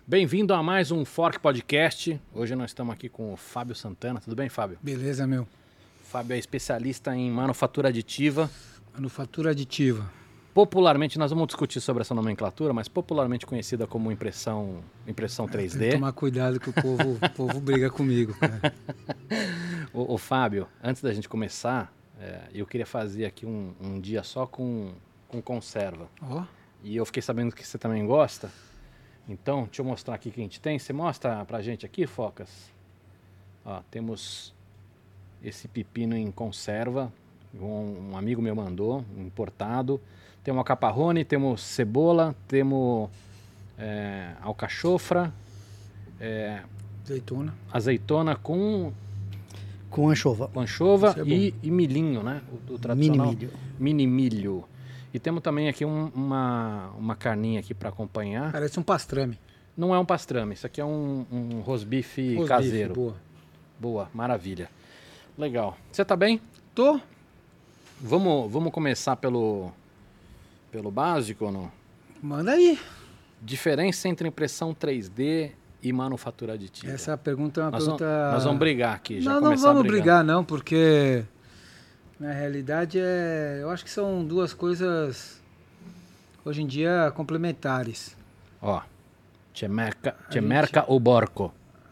Bem-vindo a mais um Fork Podcast. Hoje nós estamos aqui com o Fábio Santana. Tudo bem, Fábio? Beleza, meu. Fábio é especialista em manufatura aditiva. Manufatura aditiva. Popularmente, nós vamos discutir sobre essa nomenclatura, mas popularmente conhecida como impressão 3D. Tem que tomar cuidado que o povo briga comigo, cara. O Fábio, antes da gente começar, eu queria fazer aqui um dia só com conserva. Ó. E eu fiquei sabendo que você também gosta. Então, deixa eu mostrar aqui o que a gente tem. Você mostra pra gente aqui, Focas? Ó, temos esse pepino em conserva. Um amigo meu mandou, importado. Temos alcaparrone, temos cebola, temos alcachofra, azeitona com anchova. anchova e milhinho, né? O tradicional Mini milho. mini milho. E temos também aqui uma carninha aqui para acompanhar. Parece um pastrame. Não é um pastrame, isso aqui é um rosbife caseiro. Boa. Boa, maravilha. Legal. Você tá bem? Tô. Vamos começar pelo básico ou não? Manda aí. Diferença entre impressão 3D e manufatura aditiva. Essa pergunta é uma nós pergunta... Nós vamos brigar aqui, já Não começar vamos a brigar. brigar não, porque na realidade eu acho que são duas coisas hoje em dia complementares. Ó, Cemerca ou Borco?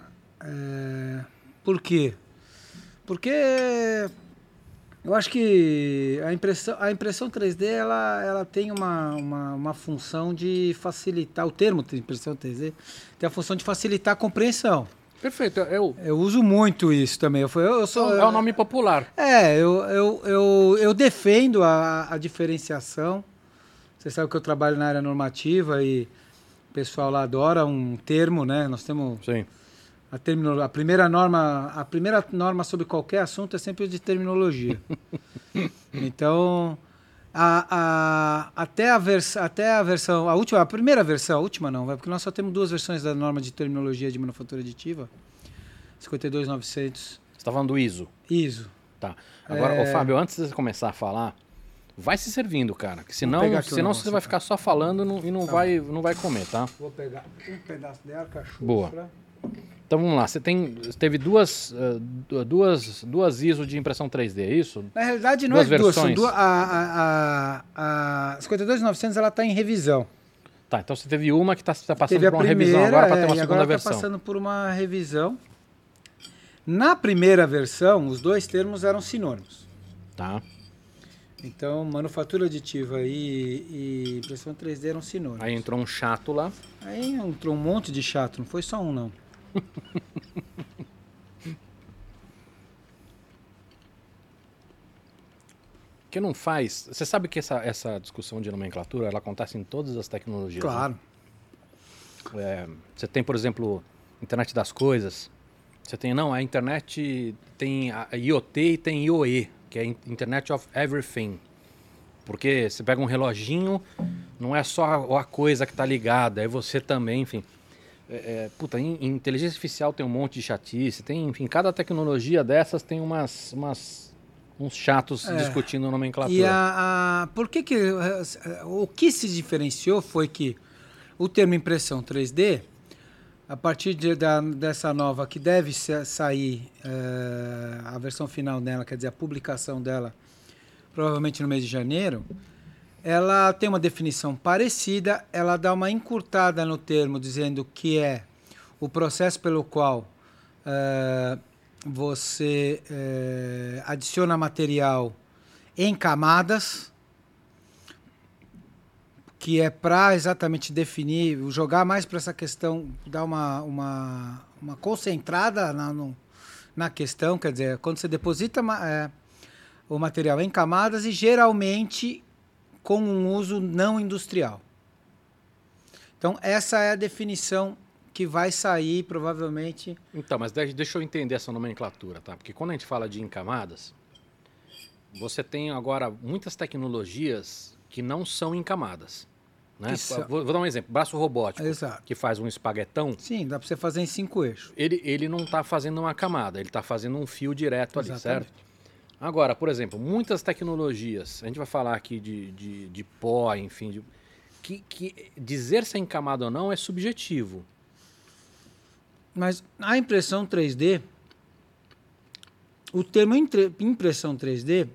Por quê? Porque eu acho que a impressão 3D ela tem uma função de facilitar, o termo de impressão 3D tem a função de facilitar a compreensão. Perfeito, Eu uso muito isso também. Eu sou, é o nome popular. Eu defendo a diferenciação. Você sabe que eu trabalho na área normativa e o pessoal lá adora um termo, né? Nós temos... Sim. A primeira norma sobre qualquer assunto é sempre de terminologia. Então, até a versão, a primeira versão, a última não, porque nós só temos duas versões da norma de terminologia de manufatura aditiva, 52900. Você está falando do ISO. ISO. Tá. Agora, ô, Fábio, antes de você começar a falar, vai se servindo, cara, que senão você vai ficar só falando e não vai comer, tá? Vou pegar um pedaço de alcachofra. Boa. Então vamos lá, você teve duas ISO de impressão 3D, é isso? Na realidade não duas é duas, versões. são duas. A 52900 ela está em revisão. Tá, então você teve uma que está passando Teve por uma revisão agora para ter uma segunda agora versão. está passando por uma revisão. Na primeira versão, os dois termos eram sinônimos. Tá. Então, manufatura aditiva e impressão 3D eram sinônimos. Aí entrou um chato lá. Aí entrou um monte de chato, não foi só um, não. Que não faz... Você sabe que essa discussão de nomenclatura, ela acontece em todas as tecnologias. Claro. Né? Você tem, por exemplo, internet das coisas. Você tem, a internet tem a IoT e tem IoE, que é Internet of Everything. Porque você pega um reloginho, não é só a coisa que está ligada, é você também, enfim. Em inteligência artificial tem um monte de chatice, enfim, cada tecnologia dessas tem uns chatos discutindo nomenclatura. O que se diferenciou foi que o termo impressão 3D, a partir dessa nova que deve sair a versão final dela, quer dizer, a publicação dela, provavelmente no mês de janeiro, ela tem uma definição parecida, ela dá uma encurtada no termo, dizendo que é o processo pelo qual você adiciona material em camadas, que é para exatamente definir, jogar mais para essa questão, dar uma concentrada na questão, quer dizer, quando você deposita o material em camadas e geralmente com um uso não industrial. Então, essa é a definição que vai sair, provavelmente... Então, mas deixa eu entender essa nomenclatura, tá? Porque quando a gente fala de em camadas, você tem agora muitas tecnologias que não são em camadas. Né? Vou dar um exemplo. Braço robótico, que faz um espaguetão. Sim, dá para você fazer em 5 eixos. Ele não está fazendo uma camada, ele está fazendo um fio direto ali, certo? Agora, por exemplo, muitas tecnologias, a gente vai falar aqui de pó, enfim, que dizer se é encamado ou não é subjetivo. Mas a impressão 3D, o termo impressão 3D,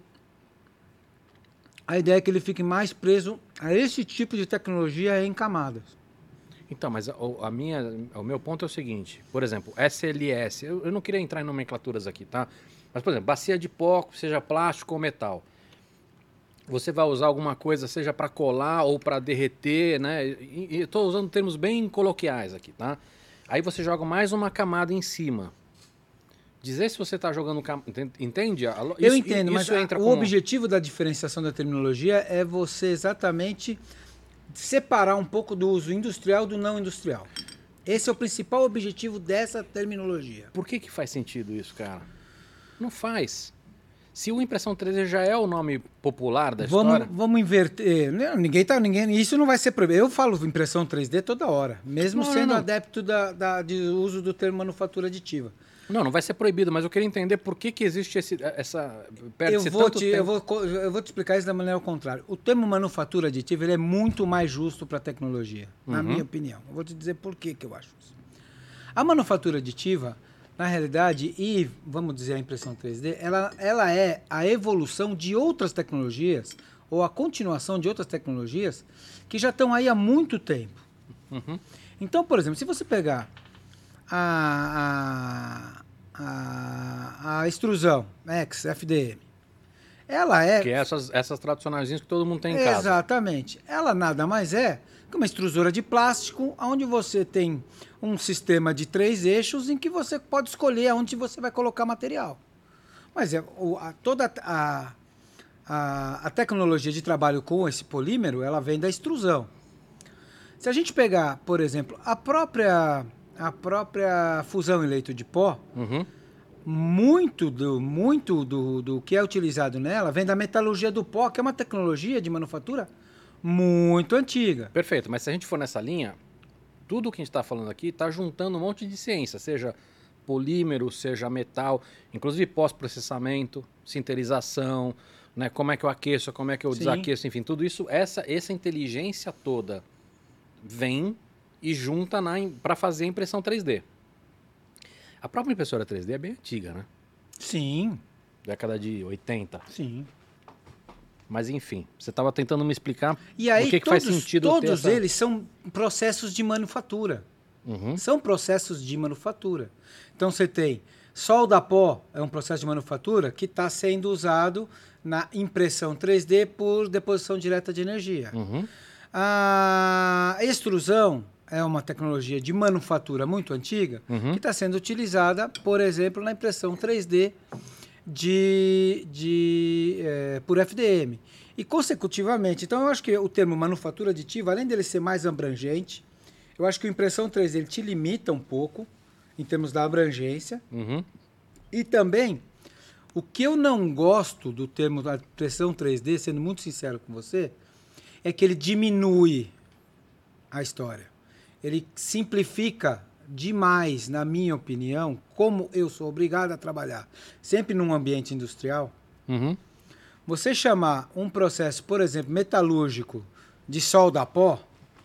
a ideia é que ele fique mais preso a esse tipo de tecnologia em camadas. Então, mas o meu ponto é o seguinte, por exemplo, SLS, eu não queria entrar em nomenclaturas aqui, tá? Mas, por exemplo, bacia de pó, seja plástico ou metal. Você vai usar alguma coisa, seja para colar ou para derreter, né? E estou usando termos bem coloquiais aqui, tá? Aí você joga mais uma camada em cima. Dizer se você está jogando... Entende? Eu entendo, mas o objetivo da diferenciação da terminologia é você exatamente separar um pouco do uso industrial do não industrial. Esse é o principal objetivo dessa terminologia. Por que faz sentido isso, cara? Não faz. Se o impressão 3D já é o nome popular da história... Vamos inverter. Isso não vai ser proibido. Eu falo impressão 3D toda hora, mesmo sendo adepto de uso do termo manufatura aditiva. Não vai ser proibido, mas eu queria entender por que existe essa... Eu vou te explicar isso da maneira ao contrário. O termo manufatura aditiva ele é muito mais justo para a tecnologia, na minha opinião. Eu vou te dizer por que eu acho isso. A manufatura aditiva, na realidade, e vamos dizer a impressão 3D, ela é a evolução de outras tecnologias, ou a continuação de outras tecnologias, que já estão aí há muito tempo. Então, por exemplo, se você pegar a extrusão FDM. Ela é... Que é essas tradicionais que todo mundo tem em casa. Exatamente. Ela nada mais é que uma extrusora de plástico, onde você tem um sistema de 3 eixos em que você pode escolher aonde você vai colocar material. Mas toda a tecnologia de trabalho com esse polímero, ela vem da extrusão. Se a gente pegar, por exemplo, a própria fusão em leito de pó, muito do que é utilizado nela vem da metalurgia do pó, que é uma tecnologia de manufatura muito antiga. Perfeito, mas se a gente for nessa linha, tudo o que a gente está falando aqui está juntando um monte de ciência, seja polímero, seja metal, inclusive pós-processamento, sinterização, né, como é que eu aqueço, como é que eu desaqueço, enfim, tudo isso, essa inteligência toda vem e junta para fazer a impressão 3D. A própria impressora 3D é bem antiga, né? Sim. Década de 80. Sim. Mas enfim, você estava tentando me explicar e aí, o que faz sentido todos eles são processos de manufatura. São processos de manufatura. Então você tem solda a pó, é um processo de manufatura que está sendo usado na impressão 3D por deposição direta de energia. A extrusão é uma tecnologia de manufatura muito antiga que está sendo utilizada, por exemplo, na impressão 3D por FDM. E, consecutivamente, então eu acho que o termo manufatura aditiva, além dele ser mais abrangente, eu acho que a impressão 3D ele te limita um pouco em termos da abrangência. E também, o que eu não gosto do termo da impressão 3D, sendo muito sincero com você, é que ele diminui a história. Ele simplifica demais, na minha opinião, como eu sou obrigado a trabalhar sempre num ambiente industrial. Você chamar um processo, por exemplo, metalúrgico de solda a pó,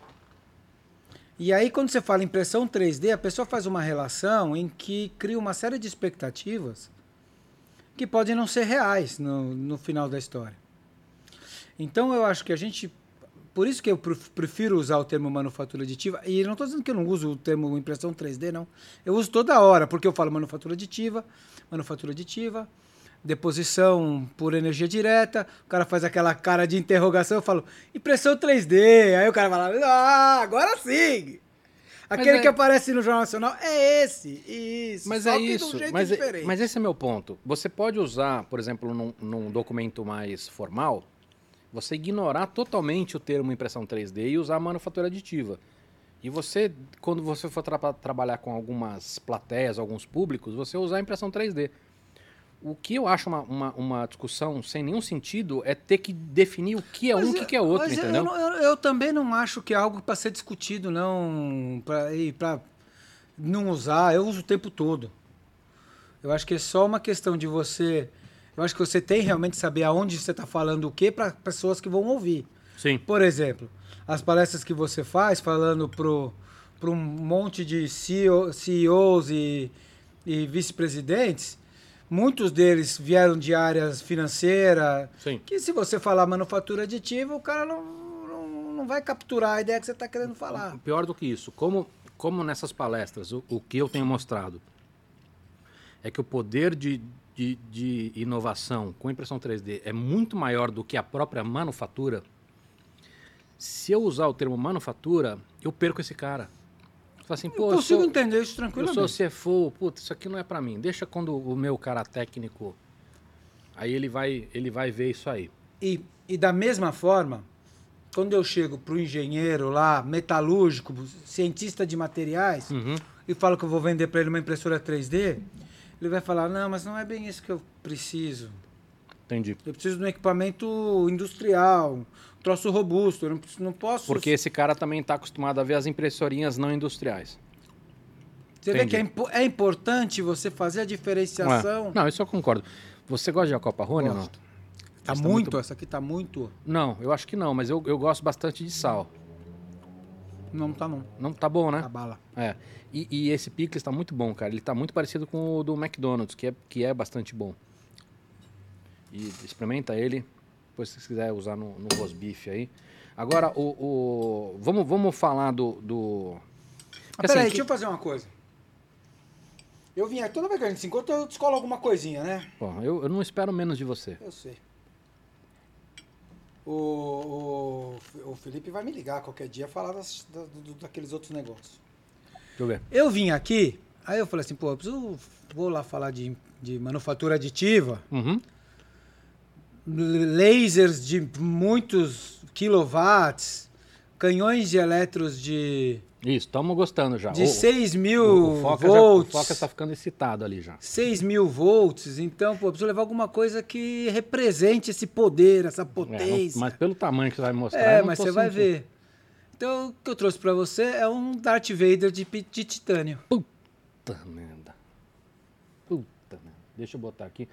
e aí quando você fala impressão 3D, a pessoa faz uma relação em que cria uma série de expectativas que podem não ser reais no final da história. Então eu acho que a gente... Por isso que eu prefiro usar o termo manufatura aditiva. E não estou dizendo que eu não uso o termo impressão 3D, não. Eu uso toda hora, porque eu falo manufatura aditiva, deposição por energia direta. O cara faz aquela cara de interrogação, eu falo, impressão 3D. Aí o cara fala, agora sim! Aquele que aparece no Jornal Nacional é esse. Isso. Mas só que de um jeito diferente. Mas esse é meu ponto. Você pode usar, por exemplo, num documento mais formal, você ignorar totalmente o termo impressão 3D e usar a manufatura aditiva. E você, quando você for trabalhar com algumas plateias, alguns públicos, você usar a impressão 3D. O que eu acho uma discussão sem nenhum sentido é ter que definir o que é o que é outro, entendeu? Eu também não acho que é algo para ser discutido, não, para não usar. Eu uso o tempo todo. Eu acho que é só uma questão de você... Eu acho que você tem realmente que saber aonde você está falando o quê para pessoas que vão ouvir. Sim. Por exemplo, as palestras que você faz falando para um monte de CEOs e vice-presidentes, muitos deles vieram de áreas financeiras, Sim. que se você falar manufatura aditiva, o cara não vai capturar a ideia que você está querendo falar. Pior do que isso, como nessas palestras, o que eu tenho mostrado é que o poder de inovação com impressão 3D é muito maior do que a própria manufatura. Se eu usar o termo manufatura, eu perco esse cara. Fala assim, pô, eu consigo entender isso tranquilamente. Eu sou CFO, putz, isso aqui não é para mim. Deixa quando o meu cara técnico, aí ele vai ver isso aí. E da mesma forma, quando eu chego para o engenheiro lá, metalúrgico, cientista de materiais, e falo que eu vou vender para ele uma impressora 3D, ele vai falar, não, mas não é bem isso que eu preciso. Entendi. Eu preciso de um equipamento industrial, um troço robusto, eu não posso... Porque esse cara também está acostumado a ver as impressorinhas não industriais. Você vê que é importante você fazer a diferenciação. Não, isso eu concordo. Você gosta de Acopa Rony ou não? Tá muito? Essa aqui tá muito? Não, eu acho que não, mas eu gosto bastante de sal. Não tá não. Não tá bom, né? Tá bala. É. E esse picles tá muito bom, cara. Ele tá muito parecido com o do McDonald's, que é bastante bom. E experimenta ele, depois se você quiser usar no rosbife aí. Agora, vamos falar do... Peraí, deixa eu fazer uma coisa. Eu vim aqui, toda vez que a gente se encontra, eu descolo alguma coisinha, né? Pô, eu não espero menos de você. Eu sei. O Felipe vai me ligar qualquer dia falar daqueles outros negócios. Deixa eu ver. Eu vim aqui, aí eu falei assim, pô, vou lá falar de manufatura aditiva, lasers de muitos quilowatts, canhões de elétrons de... Isso, estamos gostando já. De 6.000 volts. O Foca está ficando excitado ali já. 6.000 volts. Então, pô, preciso levar alguma coisa que represente esse poder, essa potência. Mas pelo tamanho que você vai mostrar, mas você vai ver. Então, o que eu trouxe para você é um Darth Vader de titânio. Puta merda. Deixa eu botar aqui.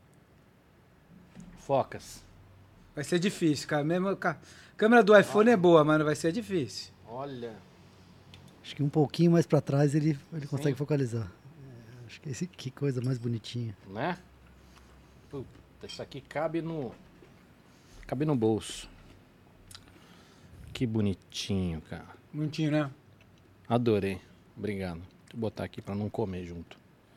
Focas. Vai ser difícil, cara. Mesmo a câmera do iPhone é boa, mas vai ser difícil. Olha. Acho que um pouquinho mais para trás ele consegue focalizar. Acho que que coisa mais bonitinha. Né? Puta, isso aqui cabe no bolso. Que bonitinho, cara. Bonitinho, né? Adorei. Obrigado. Vou botar aqui para não comer junto.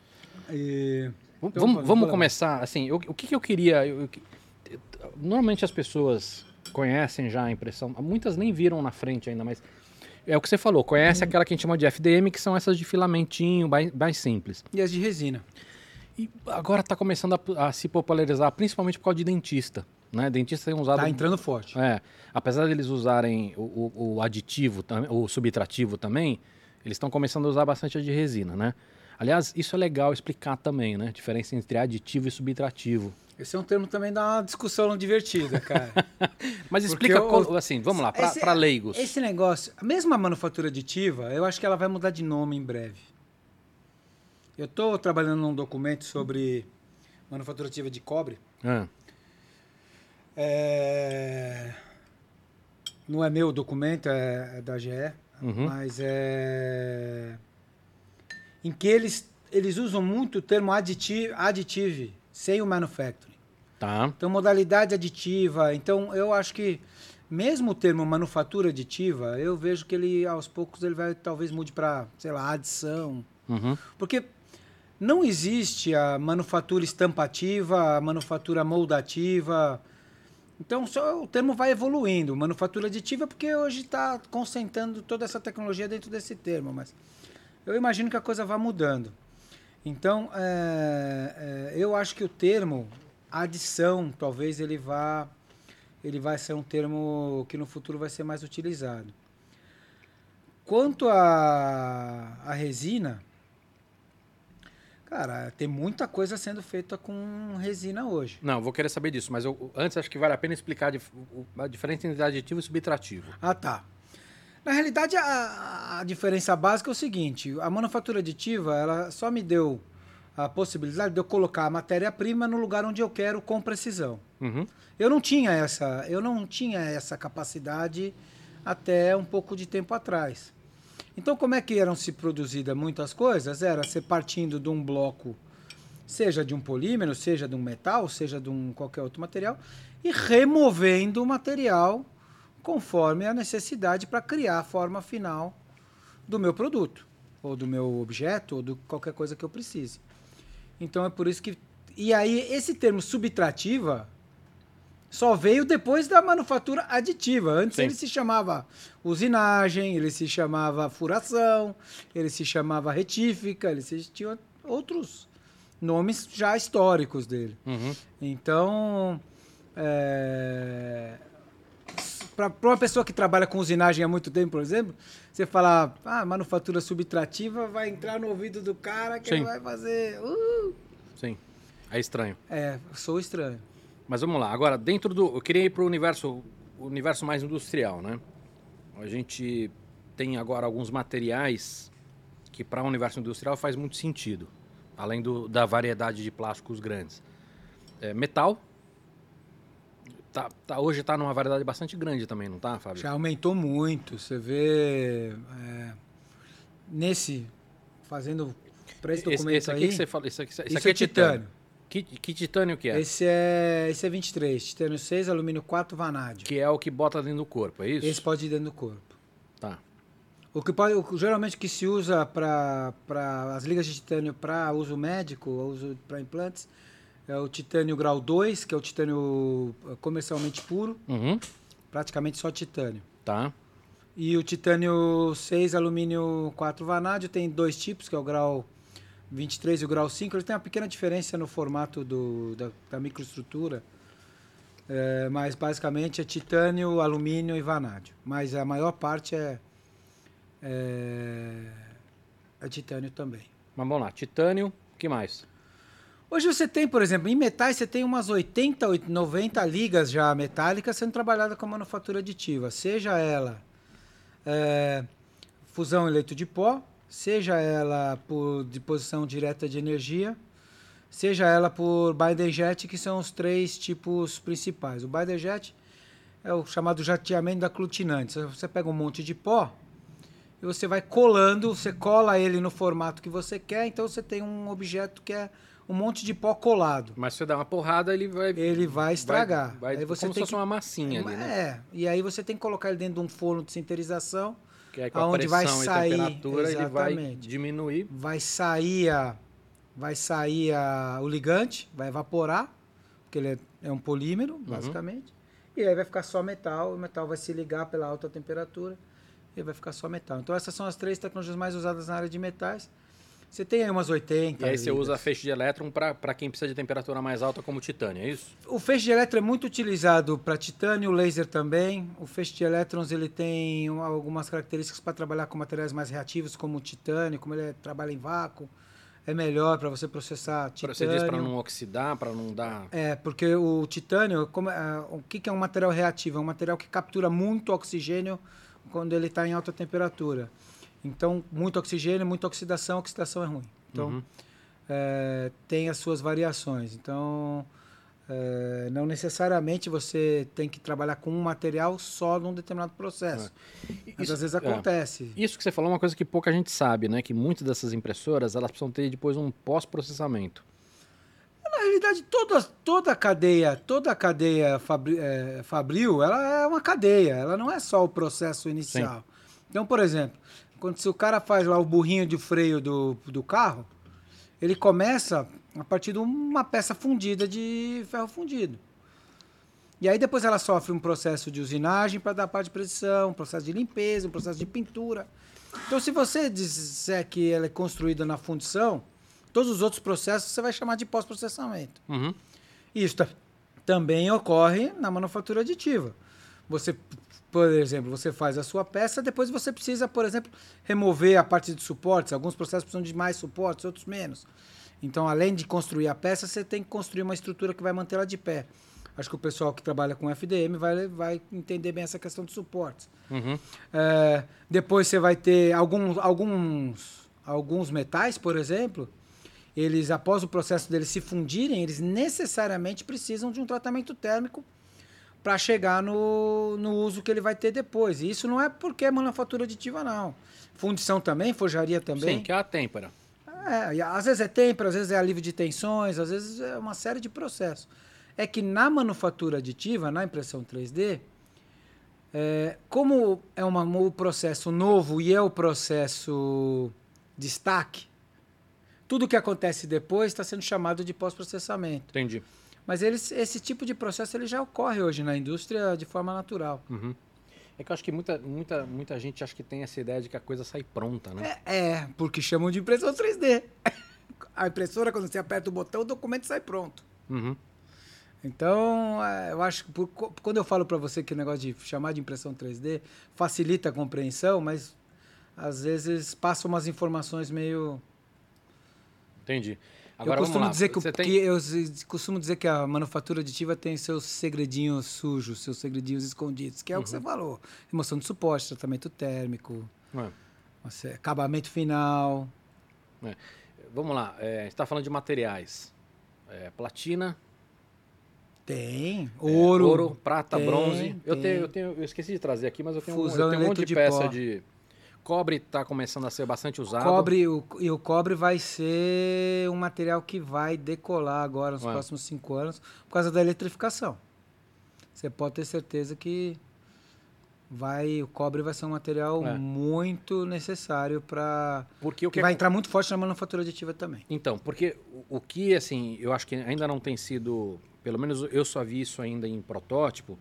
Então, vamos começar, assim, o que eu queria... Normalmente as pessoas conhecem já a impressão, muitas nem viram na frente ainda, mas é o que você falou, conhece aquela que a gente chama de FDM, que são essas de filamentinho, mais simples. E as de resina. E agora está começando a se popularizar, principalmente por causa de dentista. Né? Dentista tem usado... Tá entrando forte. Apesar de eles usarem o aditivo, o subtrativo também, eles estão começando a usar bastante a de resina, né? Aliás, isso é legal explicar também, né? A diferença entre aditivo e subtrativo. Esse é um termo também dá uma discussão divertida, cara. Mas explica, assim, vamos lá, para leigos. Esse negócio, a mesma manufatura aditiva, eu acho que ela vai mudar de nome em breve. Eu estou trabalhando num documento sobre manufatura aditiva de cobre. Não é meu o documento, é da GE, mas em que eles usam muito o termo additive, sem o manufacturing. Tá. Então, modalidade aditiva. Então, eu acho que mesmo o termo manufatura aditiva, eu vejo que ele, aos poucos, ele vai talvez mude para, sei lá, adição. Porque não existe a manufatura estampativa, a manufatura moldativa. Então, só o termo vai evoluindo. Manufatura aditiva, porque hoje está concentrando toda essa tecnologia dentro desse termo, mas eu imagino que a coisa vai mudando. Então, eu acho que o termo adição, talvez ele vai ser um termo que no futuro vai ser mais utilizado. Quanto à resina, cara, tem muita coisa sendo feita com resina hoje. Não, eu vou querer saber disso, mas antes acho que vale a pena explicar a diferença entre aditivo e subtrativo. Ah, tá. Na realidade, a diferença básica é o seguinte, a manufatura aditiva, ela só me deu a possibilidade de eu colocar a matéria-prima no lugar onde eu quero com precisão. Eu não tinha essa capacidade até um pouco de tempo atrás. Então, como é que eram se produzidas muitas coisas? Era você partindo de um bloco, seja de um polímero, seja de um metal, seja de qualquer outro material, e removendo o material conforme a necessidade para criar a forma final do meu produto, ou do meu objeto, ou de qualquer coisa que eu precise. Então, é por isso que... E aí, esse termo subtrativa só veio depois da manufatura aditiva. Antes ele se chamava usinagem, ele se chamava furação, ele se chamava retífica, ele tinha outros nomes já históricos dele. Então, para uma pessoa que trabalha com usinagem há muito tempo, por exemplo, você falar, manufatura subtrativa, vai entrar no ouvido do cara que ele vai fazer... Sim, é estranho. Sou estranho. Mas vamos lá, agora, dentro do... Eu queria ir para o universo mais industrial, né? A gente tem agora alguns materiais que para o universo industrial faz muito sentido, além da variedade de plásticos grandes. Metal, hoje está numa variedade bastante grande também, não está, Fábio? Já aumentou muito, você vê... fazendo para esse documento esse aqui aí... que você fala, isso aqui isso é titânio. Que titânio que é? Esse é 23, titânio 6, alumínio 4, vanádio. Que é o que bota dentro do corpo, é isso? Esse pode ir dentro do corpo. Tá. Geralmente o que se usa para as ligas de titânio para uso médico, uso para implantes, é o titânio grau 2, que é o titânio comercialmente puro, praticamente só titânio. Tá. E o titânio 6, alumínio 4, vanádio, tem dois tipos, que é o grau 23 e o grau 5, eles têm uma pequena diferença no formato da microestrutura, mas basicamente é titânio, alumínio e vanádio. Mas a maior parte é titânio também. Mas vamos lá, titânio, o que mais? Hoje você tem, por exemplo, em metais você tem umas 80, 90 ligas já metálicas sendo trabalhadas com a manufatura aditiva, seja ela fusão em leito de pó, seja ela por deposição direta de energia, seja ela por binder jet, que são os três tipos principais. O binder jet é o chamado jateamento da aglutinante. Você pega um monte de pó e você vai colando, você cola ele no formato que você quer, então você tem um objeto que é um monte de pó colado. Mas se você dá uma porrada, ele vai estragar. Aí você como se fosse uma massinha ali, né? E aí você tem que colocar ele dentro de um forno de sinterização, que aí com a pressão vai sair, e temperatura exatamente, ele vai diminuir. Vai sair o ligante, vai evaporar, porque ele é um polímero, basicamente. E aí vai ficar só metal, o metal vai se ligar pela alta temperatura e vai ficar só metal. Então essas são as três tecnologias mais usadas na área de metais. Você tem aí umas 80. E aí você usa feixe de elétron para quem precisa de temperatura mais alta, como titânio, é isso? O feixe de elétron é muito utilizado para titânio, laser também. O feixe de elétrons ele tem algumas características para trabalhar com materiais mais reativos, como o titânio, como ele trabalha em vácuo. É melhor para você processar titânio. Você diz para não oxidar, para não dar... Porque o titânio, o que é um material reativo? É um material que captura muito oxigênio quando ele está em alta temperatura. Então, muito oxigênio, muita oxidação, oxidação é ruim. Então, tem as suas variações. Então, não necessariamente você tem que trabalhar com um material só num determinado processo. Mas às vezes acontece. Isso que você falou é uma coisa que pouca gente sabe, né? Que muitas dessas impressoras, elas precisam ter depois um pós-processamento. Na realidade, toda a cadeia fabril, ela é uma cadeia. Ela não é só o processo inicial. Sim. Então, por exemplo, se o cara faz lá o burrinho de freio do carro, ele começa a partir de uma peça fundida de ferro fundido. E aí depois ela sofre um processo de usinagem para dar parte de precisão, um processo de limpeza, um processo de pintura. Então, se você disser que ela é construída na fundição, todos os outros processos você vai chamar de pós-processamento. Isso também ocorre na manufatura aditiva. Você, por exemplo, você faz a sua peça, depois você precisa, por exemplo, remover a parte de suportes. Alguns processos precisam de mais suportes, outros menos. Então, além de construir a peça, você tem que construir uma estrutura que vai mantê-la de pé. Acho que o pessoal que trabalha com FDM vai entender bem essa questão de suportes. Depois você vai ter alguns metais, por exemplo, eles, após o processo deles se fundirem, eles necessariamente precisam de um tratamento térmico para chegar no uso que ele vai ter depois. E isso não é porque é manufatura aditiva, não. Fundição também, forjaria também. Sim, que é a têmpera. E às vezes é têmpera, às vezes é alívio de tensões, às vezes é uma série de processos. É que na manufatura aditiva, na impressão 3D, como é um processo novo e é o processo destaque, tudo que acontece depois está sendo chamado de pós-processamento. Entendi. Mas esse tipo de processo ele já ocorre hoje na indústria de forma natural. Uhum. É que eu acho que muita gente acha que tem essa ideia de que a coisa sai pronta, né? Porque chamam de impressão 3D. A impressora, quando você aperta o botão, o documento sai pronto. Uhum. Então, eu acho que quando eu falo para você que o negócio de chamar de impressão 3D facilita a compreensão, mas às vezes passa umas informações meio... Entendi. Agora, eu costumo dizer eu costumo dizer que a manufatura aditiva tem seus segredinhos sujos, seus segredinhos escondidos, que é o que você falou. Remoção de suporte, tratamento térmico, acabamento final. Vamos lá, a gente está falando de materiais. Platina... Tem. Ouro, prata, bronze. Eu esqueci de trazer aqui, mas eu tenho um monte de peça de... Cobre está começando a ser bastante usado. O cobre vai ser um material que vai decolar agora nos próximos 5 anos por causa da eletrificação. Você pode ter certeza que o cobre vai ser um material muito necessário para... que vai entrar muito forte na manufatura aditiva também. Então, porque o que, assim, eu acho que ainda não tem sido... Pelo menos eu só vi isso ainda em protótipo.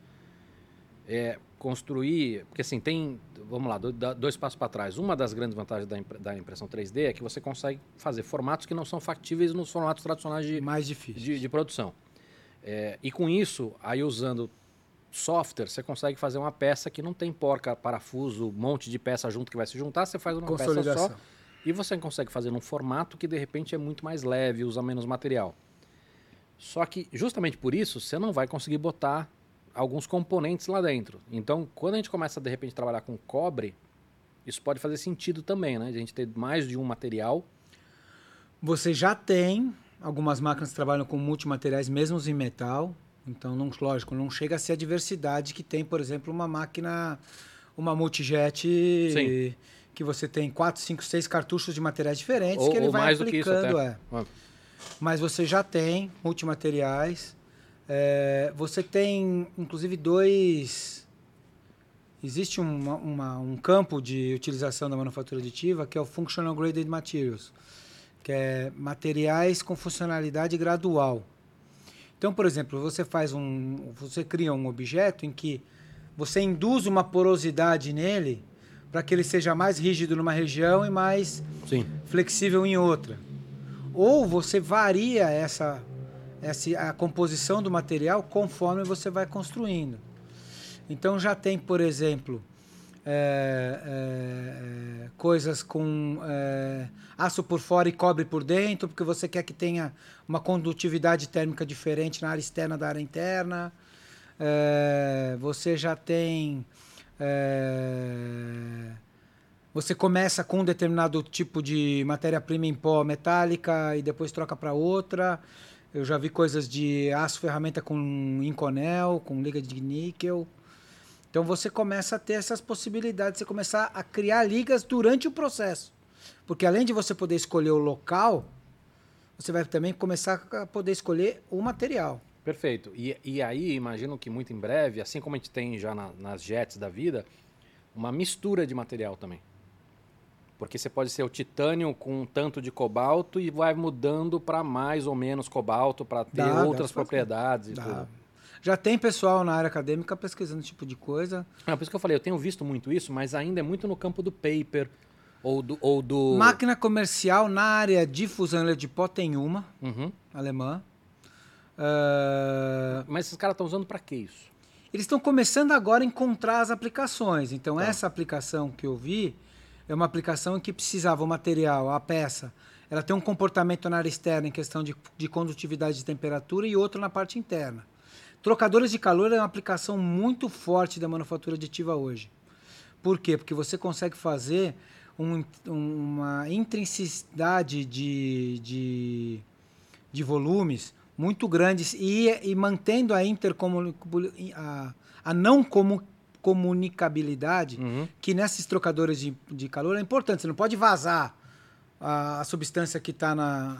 Construir... Porque assim, tem... Vamos lá, 2 passos para trás. Uma das grandes vantagens da impressão 3D é que você consegue fazer formatos que não são factíveis nos formatos tradicionais mais difíceis de produção. E com isso, aí usando software, você consegue fazer uma peça que não tem porca, parafuso, um monte de peça junto que vai se juntar, você faz uma peça só. E você consegue fazer num formato que de repente é muito mais leve, usa menos material. Só que, justamente por isso, você não vai conseguir botar alguns componentes lá dentro. Então, quando a gente começa, de repente, a trabalhar com cobre, isso pode fazer sentido também, né? A gente ter mais de um material. Você já tem algumas máquinas que trabalham com multimateriais, mesmo em metal. Então, lógico, não chega a ser a diversidade que tem, por exemplo, uma máquina, uma multijet... Sim. Que você tem 4, 5, 6 cartuchos de materiais diferentes que ele ou vai mais aplicando. Do que isso até. Mas você já tem multimateriais. Você tem, inclusive, existe um campo de utilização da manufatura aditiva que é o Functional Graded Materials, que é materiais com funcionalidade gradual. Então, por exemplo, você cria um objeto em que você induz uma porosidade nele para que ele seja mais rígido numa região e mais flexível em outra. Ou você varia a composição do material conforme você vai construindo. Então já tem, por exemplo, coisas com aço por fora e cobre por dentro, porque você quer que tenha uma condutividade térmica diferente na área externa da área interna. Você já tem... você começa com um determinado tipo de matéria-prima em pó metálica e depois troca para outra. Eu já vi coisas de aço ferramenta com Inconel, com liga de níquel. Então você começa a ter essas possibilidades, você começar a criar ligas durante o processo. Porque além de você poder escolher o local, você vai também começar a poder escolher o material. Perfeito. E aí, imagino que muito em breve, assim como a gente tem já nas jets da vida, uma mistura de material também. Porque você pode ser o titânio com um tanto de cobalto e vai mudando para mais ou menos cobalto para ter outras propriedades e tudo. Já tem pessoal na área acadêmica pesquisando esse tipo de coisa. Por isso que eu falei, eu tenho visto muito isso, mas ainda é muito no campo do paper ou do... Máquina comercial na área de fusão de pó tem uma, alemã. Mas esses caras estão usando para que isso? Eles estão começando agora a encontrar as aplicações. Então, essa aplicação que eu vi é uma aplicação em que precisava o material, a peça, ela tem um comportamento na área externa em questão de condutividade de temperatura e outro na parte interna. Trocadores de calor é uma aplicação muito forte da manufatura aditiva hoje. Por quê? Porque você consegue fazer uma intrinsicidade de volumes muito grandes e mantendo a não comunicabilidade, que nesses trocadores de calor é importante. Você não pode vazar a substância que está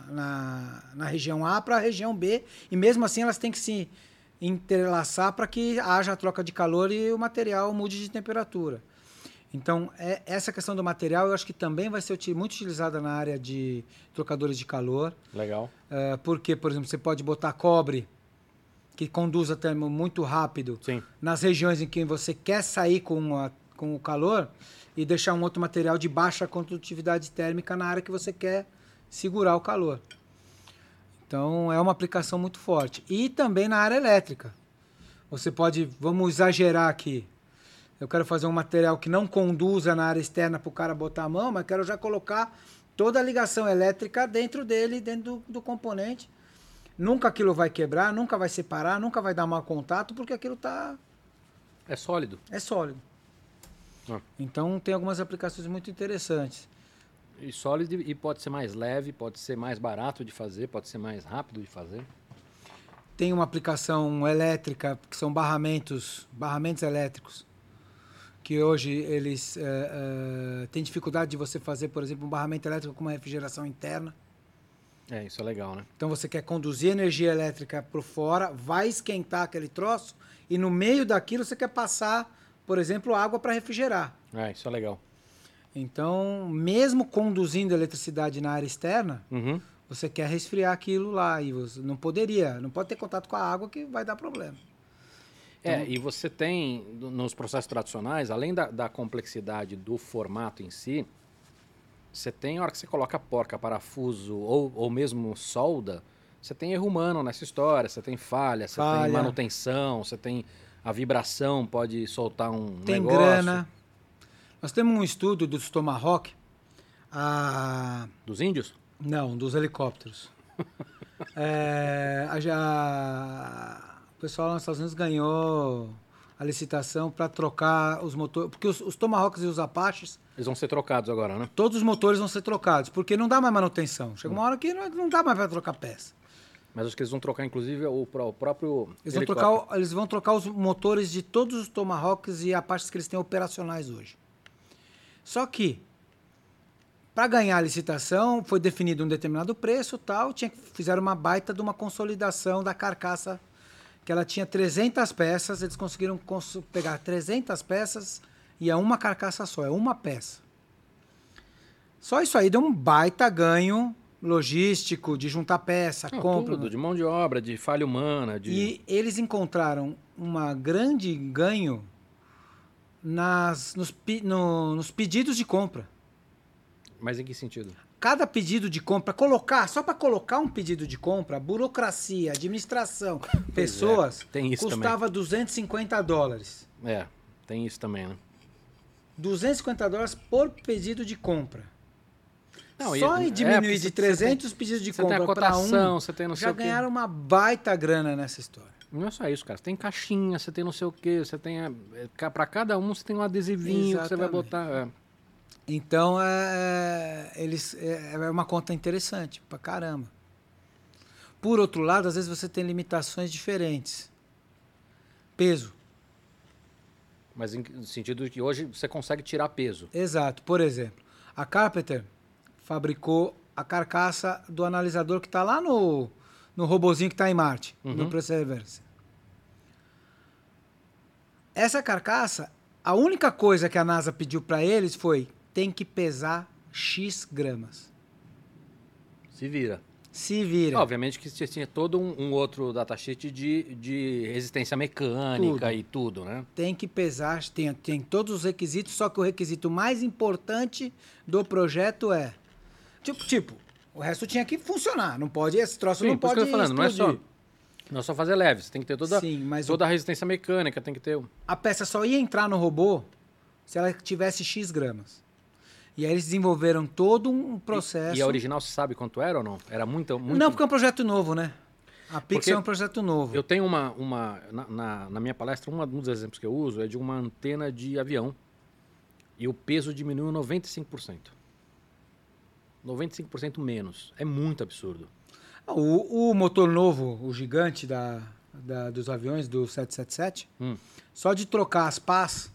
na região A para a região B, e mesmo assim elas têm que se entrelaçar para que haja a troca de calor e o material mude de temperatura. Então, essa questão do material eu acho que também vai ser muito utilizada na área de trocadores de calor. Legal. Porque, por exemplo, você pode botar cobre, que conduz a termo muito rápido, Sim. nas regiões em que você quer sair com o calor, e deixar um outro material de baixa condutividade térmica na área que você quer segurar o calor. Então, é uma aplicação muito forte. E também na área elétrica. Você pode, vamos exagerar aqui, eu quero fazer um material que não conduza na área externa para o cara botar a mão, mas quero já colocar toda a ligação elétrica dentro dele, dentro do componente. Nunca aquilo vai quebrar, nunca vai separar, nunca vai dar mau contato, porque aquilo É sólido. é sólido. Então tem algumas aplicações muito interessantes. E sólido, e pode ser mais leve, pode ser mais barato de fazer, pode ser mais rápido de fazer. Tem uma aplicação elétrica, que são barramentos elétricos, que hoje eles têm dificuldade de você fazer, por exemplo, um barramento elétrico com uma refrigeração interna. Isso é legal, né? Então você quer conduzir energia elétrica por fora, vai esquentar aquele troço, e no meio daquilo você quer passar, por exemplo, água para refrigerar. Isso é legal. Então, mesmo conduzindo eletricidade na área externa, você quer resfriar aquilo lá, e você não pode ter contato com a água, que vai dar problema. E você tem, nos processos tradicionais, além da complexidade do formato em si, você tem, a hora que você coloca porca, parafuso ou mesmo solda, você tem erro humano nessa história, você tem falha, você tem manutenção, você tem a vibração, pode soltar um negócio. Tem grana. Nós temos um estudo dos Tomahawk. Dos índios? Não, dos helicópteros. O pessoal lá nos Estados Unidos ganhou a licitação para trocar os motores. Porque os Tomahawks e os Apaches... Eles vão ser trocados agora, né? Todos os motores vão ser trocados, porque não dá mais manutenção. Chega uma hora que não dá mais para trocar peça. Mas acho que eles vão trocar, inclusive, o próprio eles vão trocar os motores de todos os Tomahawks e Apaches que eles têm operacionais hoje. Só que, para ganhar a licitação, foi definido um determinado preço, tal, fizeram uma baita de uma consolidação da carcaça, que ela tinha 300 peças, eles conseguiram pegar 300 peças e é uma carcaça só, é uma peça. Só isso aí deu um baita ganho logístico, de juntar peça, compra. Tudo, de mão de obra, de falha humana. E eles encontraram um grande ganho nos pedidos de compra. Mas em que sentido? Cada pedido de compra, só para colocar um pedido de compra, burocracia, administração, pessoas, tem isso custava também. $250. Tem isso também, né? $250 por pedido de compra. Não, só em diminuir de 300 pedidos de compra para você tem não sei já o quê. ganharam uma baita grana nessa história. Não é só isso, cara. Você tem caixinha, você tem não sei o quê, você tem... Para cada um você tem um adesivinho. Exatamente. Que você vai botar... Então, é uma conta interessante pra caramba. Por outro lado, às vezes você tem limitações diferentes. Peso. Mas no sentido de que hoje você consegue tirar peso. Exato. Por exemplo, a Carpenter fabricou a carcaça do analisador que está lá no robozinho que está em Marte, no Perseverance. Essa carcaça, a única coisa que a NASA pediu para eles foi: tem que pesar X gramas. Se vira. Se vira. Obviamente que você tinha todo um outro datasheet de resistência mecânica e tudo, né? Tem que pesar, tem todos os requisitos, só que o requisito mais importante do projeto é... Tipo, o resto tinha que funcionar, não pode, esse troço não pode explodir. Não é só fazer leve, você tem que ter toda a resistência mecânica, tem que ter... A peça só ia entrar no robô se ela tivesse X gramas. E aí eles desenvolveram todo um processo... E a original, você sabe quanto era ou não? Era muito... Não, porque é um projeto novo, né? A Pixel é um projeto novo. Eu tenho na minha palestra, um dos exemplos que eu uso é de uma antena de avião. E o peso diminuiu 95%. 95% menos. É muito absurdo. O motor novo, o gigante dos aviões, do 777, só de trocar as pás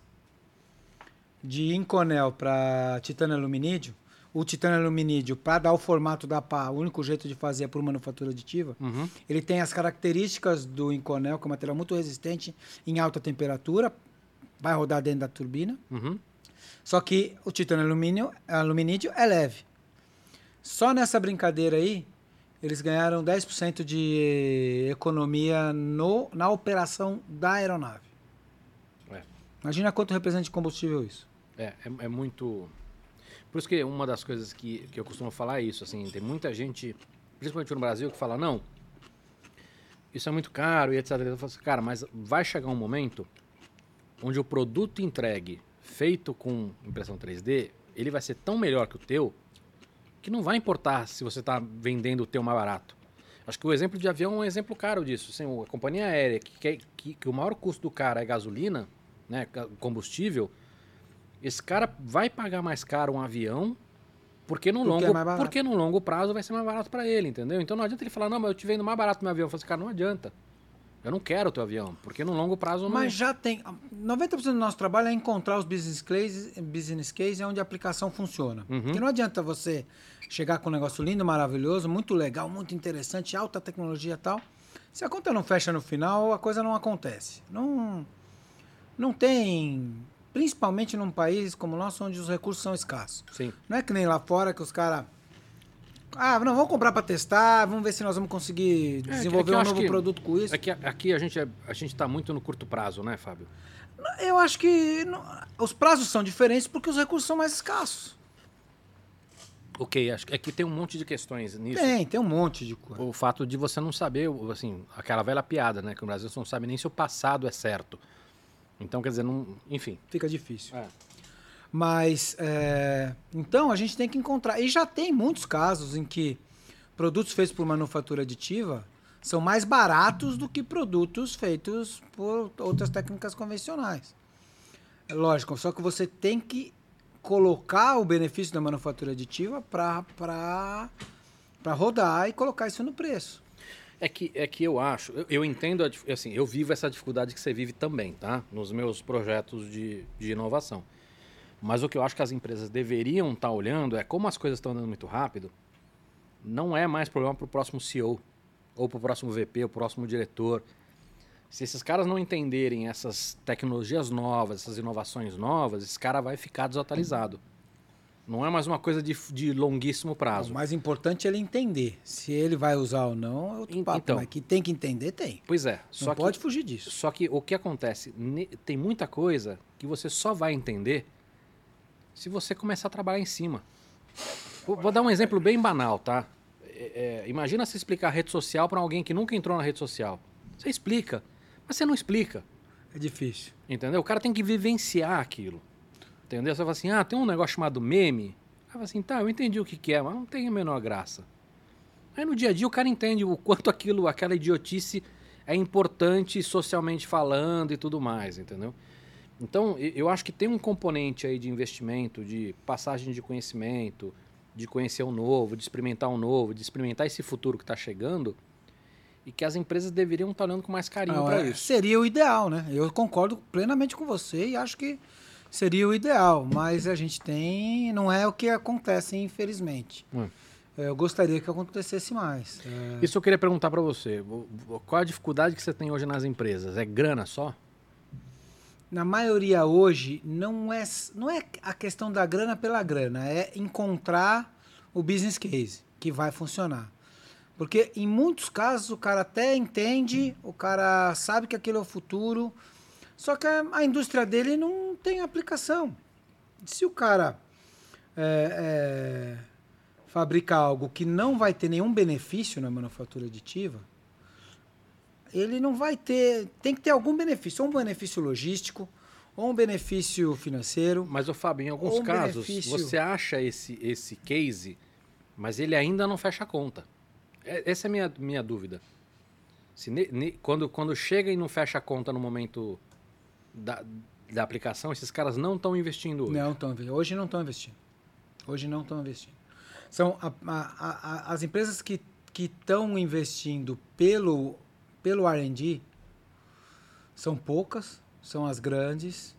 de Inconel para titânio aluminídeo, o titânio aluminídeo, para dar o formato da pá, o único jeito de fazer é por manufatura aditiva, ele tem as características do Inconel, que é um material muito resistente em alta temperatura, vai rodar dentro da turbina, só que o titânio aluminídeo é leve. Só nessa brincadeira aí, eles ganharam 10% de economia na operação da aeronave. Imagina quanto representa de combustível isso. É muito... Por isso que uma das coisas que eu costumo falar é isso, assim, tem muita gente, principalmente no Brasil, que fala, não, isso é muito caro e etc. Eu falo assim, cara, mas vai chegar um momento onde o produto entregue, feito com impressão 3D, ele vai ser tão melhor que o teu, que não vai importar se você está vendendo o teu mais barato. Acho que o exemplo de avião é um exemplo caro disso. Assim, a companhia aérea, que o maior custo do cara é gasolina, né, combustível, esse cara vai pagar mais caro um avião porque no longo prazo vai ser mais barato para ele, entendeu? Então não adianta ele falar, não, mas eu te vendo mais barato meu avião. Eu falo assim, cara, não adianta. Eu não quero o teu avião, porque no longo prazo não... Mas já tem... 90% do nosso trabalho é encontrar os business case onde a aplicação funciona. Porque não adianta você chegar com um negócio lindo, maravilhoso, muito legal, muito interessante, alta tecnologia e tal. Se a conta não fecha no final, a coisa não acontece. Não tem... Principalmente num país como o nosso, onde os recursos são escassos. Sim. Não é que nem lá fora que os caras... não, vamos comprar para testar, vamos ver se nós vamos conseguir desenvolver um novo produto com isso. Aqui a gente está muito no curto prazo, né, Fábio? Eu acho que os prazos são diferentes porque os recursos são mais escassos. Ok, acho que aqui tem um monte de questões nisso. Tem um monte de coisa. O fato de você não saber, assim, aquela velha piada, né, que no Brasil você não sabe nem se o passado é certo. Então, quer dizer, não, enfim. Fica difícil. Mas, então, a gente tem que encontrar. E já tem muitos casos em que produtos feitos por manufatura aditiva são mais baratos do que produtos feitos por outras técnicas convencionais. É lógico, só que você tem que colocar o benefício da manufatura aditiva para rodar e colocar isso no preço. É que eu acho, eu entendo, assim, eu vivo essa dificuldade que você vive também, tá? Nos meus projetos de inovação. Mas o que eu acho que as empresas deveriam estar olhando é como as coisas estão andando muito rápido, não é mais problema para o próximo CEO, ou para o próximo VP, ou para o próximo diretor. Se esses caras não entenderem essas tecnologias novas, essas inovações novas, esse cara vai ficar desatualizado. Não é mais uma coisa de longuíssimo prazo. O mais importante é ele entender. Se ele vai usar ou não, é outro papo. Então, mas que tem que entender, tem. Pois é. Não pode fugir disso. Só que o que acontece? Tem muita coisa que você só vai entender se você começar a trabalhar em cima. Vou dar um exemplo bem banal, tá? Imagina você explicar rede social para alguém que nunca entrou na rede social. Você explica, mas você não explica. É difícil. Entendeu? O cara tem que vivenciar aquilo. Entendeu? Você fala assim, tem um negócio chamado meme. Aí fala assim, tá, eu entendi o que é, mas não tem a menor graça. Aí no dia a dia o cara entende o quanto aquela idiotice é importante socialmente falando e tudo mais, entendeu? Então, eu acho que tem um componente aí de investimento, de passagem de conhecimento, de conhecer o novo, de experimentar esse futuro que está chegando, e que as empresas deveriam estar olhando com mais carinho para isso. Seria o ideal, né? Eu concordo plenamente com você e acho que seria o ideal, mas a gente não é o que acontece, infelizmente. Eu gostaria que acontecesse mais. Isso eu queria perguntar para você. Qual a dificuldade que você tem hoje nas empresas? É grana só? Na maioria hoje, não é a questão da grana pela grana, é encontrar o business case que vai funcionar. Porque em muitos casos o cara até entende, o cara sabe que aquilo é o futuro, só que a indústria dele não tem aplicação. Se o cara fabrica algo que não vai ter nenhum benefício na manufatura aditiva, ele não vai ter... Tem que ter algum benefício, ou um benefício logístico, ou um benefício financeiro. Mas, Fábio, em alguns casos, você acha esse case, mas ele ainda não fecha a conta. Essa é a minha dúvida. Quando chega e não fecha a conta no momento da aplicação, esses caras não estão investindo hoje. Hoje não estão investindo. São as empresas que que estão investindo pelo R&D são poucas, são as grandes.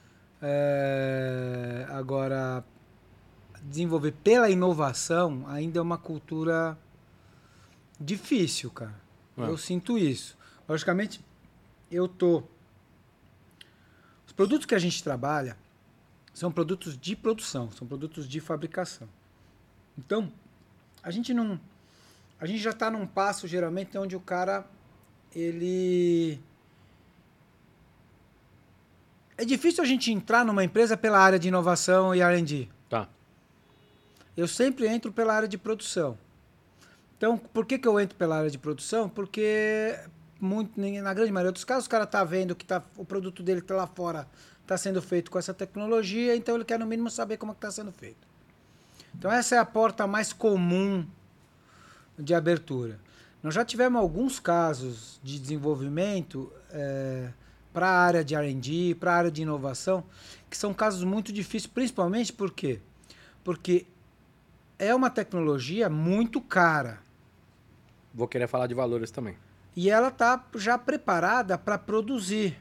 Agora, desenvolver pela inovação ainda é uma cultura difícil, cara. Eu sinto isso. Logicamente, os produtos que a gente trabalha são produtos de produção, são produtos de fabricação. Então, a gente já está num passo, geralmente, onde o cara, é difícil a gente entrar numa empresa pela área de inovação e R&D. Tá. Eu sempre entro pela área de produção. Então, por que eu entro pela área de produção? Porque, na grande maioria dos casos, o cara está vendo que o produto dele que está lá fora está sendo feito com essa tecnologia, então ele quer, no mínimo, saber como está sendo feito. Então, essa é a porta mais comum de abertura. Nós já tivemos alguns casos de desenvolvimento para a área de R&D, para a área de inovação, que são casos muito difíceis, principalmente por quê? Porque é uma tecnologia muito cara. Vou querer falar de valores também. E ela está já preparada para produzir.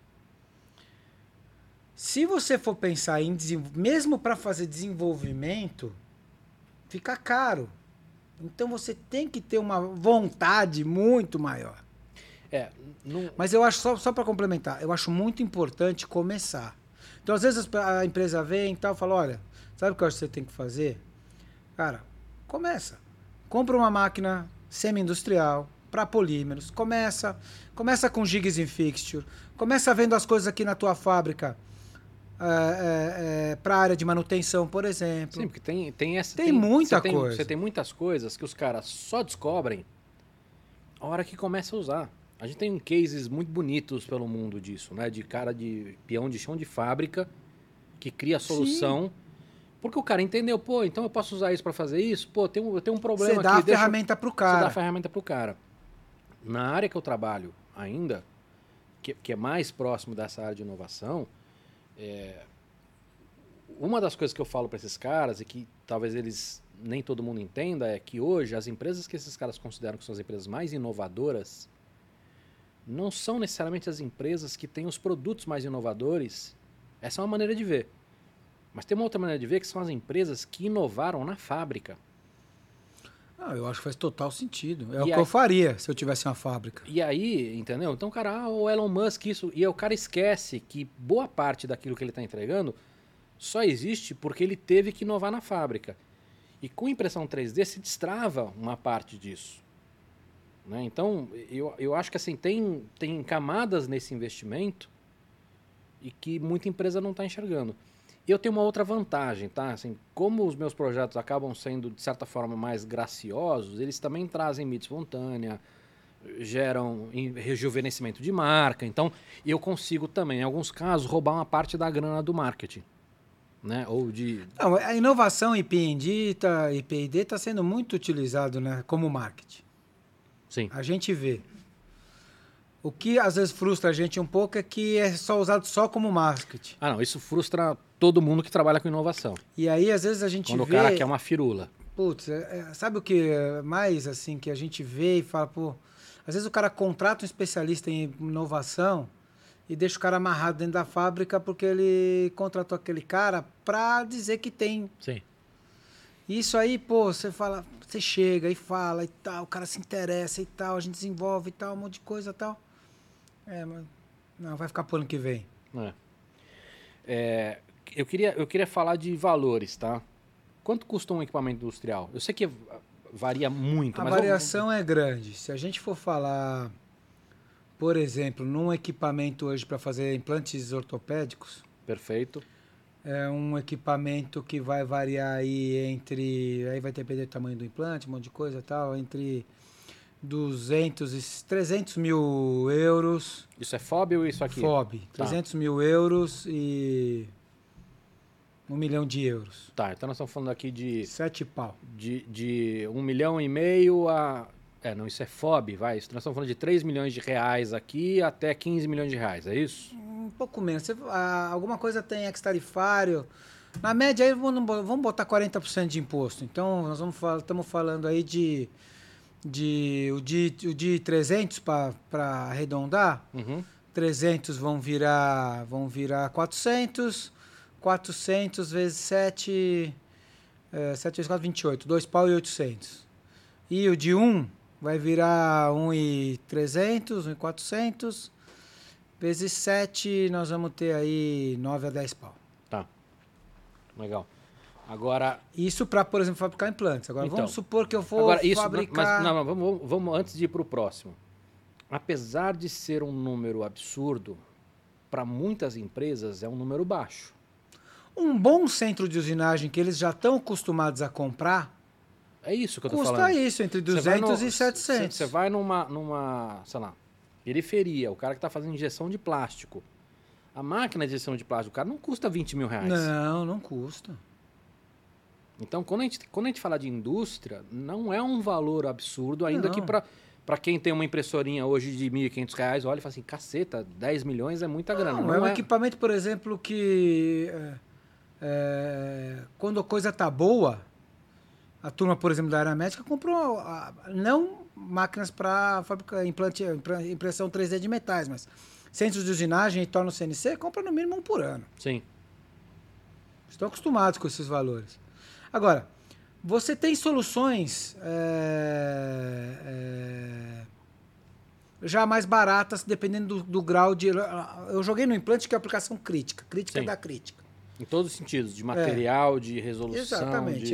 Se você for pensar em mesmo para fazer desenvolvimento, fica caro. Então você tem que ter uma vontade muito maior. Mas eu acho, só para complementar, eu acho muito importante começar. Então, às vezes a empresa vem e tal, fala, olha, sabe o que eu acho que você tem que fazer? Cara, começa. Compra uma máquina semi-industrial para polímeros. Começa com jigs in fixture. Começa vendo as coisas aqui na tua fábrica para a área de manutenção, por exemplo. Sim, porque tem muita coisa. Você tem muitas coisas que os caras só descobrem a hora que começa a usar. A gente tem cases muito bonitos pelo mundo disso, né? De cara de peão de chão de fábrica que cria a solução. Sim. Porque o cara entendeu, então eu posso usar isso para fazer isso? Eu tenho um problema aqui. Você dá a ferramenta pro cara. Você dá a ferramenta pro cara. Na área que eu trabalho ainda, que é mais próximo dessa área de inovação, uma das coisas que eu falo para esses caras e que talvez nem todo mundo entenda é que hoje as empresas que esses caras consideram que são as empresas mais inovadoras não são necessariamente as empresas que têm os produtos mais inovadores. Essa é uma maneira de ver. Mas tem uma outra maneira de ver que são as empresas que inovaram na fábrica. Eu acho que faz total sentido. O que eu faria se eu tivesse uma fábrica. E aí, entendeu? Então, cara, o Elon Musk, isso... E aí o cara esquece que boa parte daquilo que ele está entregando só existe porque ele teve que inovar na fábrica. E com impressão 3D se destrava uma parte disso. Né? Então, eu acho que assim, tem camadas nesse investimento e que muita empresa não está enxergando. E eu tenho uma outra vantagem, tá? Assim, como os meus projetos acabam sendo, de certa forma, mais graciosos, eles também trazem mídia espontânea, geram rejuvenescimento de marca. Então, eu consigo também, em alguns casos, roubar uma parte da grana do marketing. Né? Ou de... Não, a inovação em P&D e P&D está sendo muito utilizado, né, como marketing. Sim. A gente vê. O que às vezes frustra a gente um pouco é que é só usado só como marketing. Não, isso frustra todo mundo que trabalha com inovação. E aí, às vezes, a gente Quando vê... o cara quer uma firula. Putz, sabe o que mais, assim, que a gente vê e fala, às vezes o cara contrata um especialista em inovação e deixa o cara amarrado dentro da fábrica porque ele contratou aquele cara para dizer que tem. Sim. Isso aí, você fala, você chega e fala e tal, o cara se interessa e tal, a gente desenvolve e tal, um monte de coisa e tal. Mas não, vai ficar pro ano que vem. Eu queria falar de valores, tá? Quanto custa um equipamento industrial? Eu sei que varia muito, mas... A variação é grande. Se a gente for falar, por exemplo, num equipamento hoje para fazer implantes ortopédicos... Perfeito. É um equipamento que vai variar aí entre... Aí vai depender do tamanho do implante, um monte de coisa e tal, entre 200 e 300 mil euros. Isso é FOB ou isso aqui? FOB. 300 mil euros e 1 milhão de euros. Tá, então nós estamos falando aqui de... 7 pau. De 1,5 milhão a... não, isso é FOB, vai. Nós estamos falando de 3 milhões de reais aqui até 15 milhões de reais, é isso? Um pouco menos. Alguma coisa tem ex-tarifário. Na média, aí vamos botar 40% de imposto. Então, nós estamos falando aí de o de 300 para arredondar, 300 vão virar 400, 400 vezes 7 vezes 4, 28, 2 pau e 800. E o de 1 vai virar 1.300, 1.400, vezes 7, nós vamos ter aí 9 a 10 pau. Tá, legal. Agora... Isso para, por exemplo, fabricar implantes. Agora, então, vamos supor que eu for fabricar... Mas, não, vamos antes de ir para o próximo. Apesar de ser um número absurdo, para muitas empresas é um número baixo. Um bom centro de usinagem que eles já estão acostumados a comprar... É isso que eu tô falando. Custa isso, entre 200 e 700. Você vai numa, sei lá, periferia, o cara que está fazendo injeção de plástico. A máquina de injeção de plástico, o cara não custa 20 mil reais. Não custa. Então, quando a gente fala de indústria, não é um valor absurdo, ainda que para quem tem uma impressorinha hoje de 1.500 reais, olha e fala assim, caceta, 10 milhões é muita grana. Não é um equipamento, por exemplo, que quando a coisa tá boa, a turma, por exemplo, da área médica comprou não máquinas para fabricar impressão 3D de metais, mas centros de usinagem e torno CNC compra no mínimo um por ano. Sim. Estão acostumados com esses valores. Agora, você tem soluções já mais baratas, dependendo do grau de... Eu joguei no implante que é aplicação crítica. Crítica da crítica. Em todos os sentidos, de material, de resolução. Exatamente.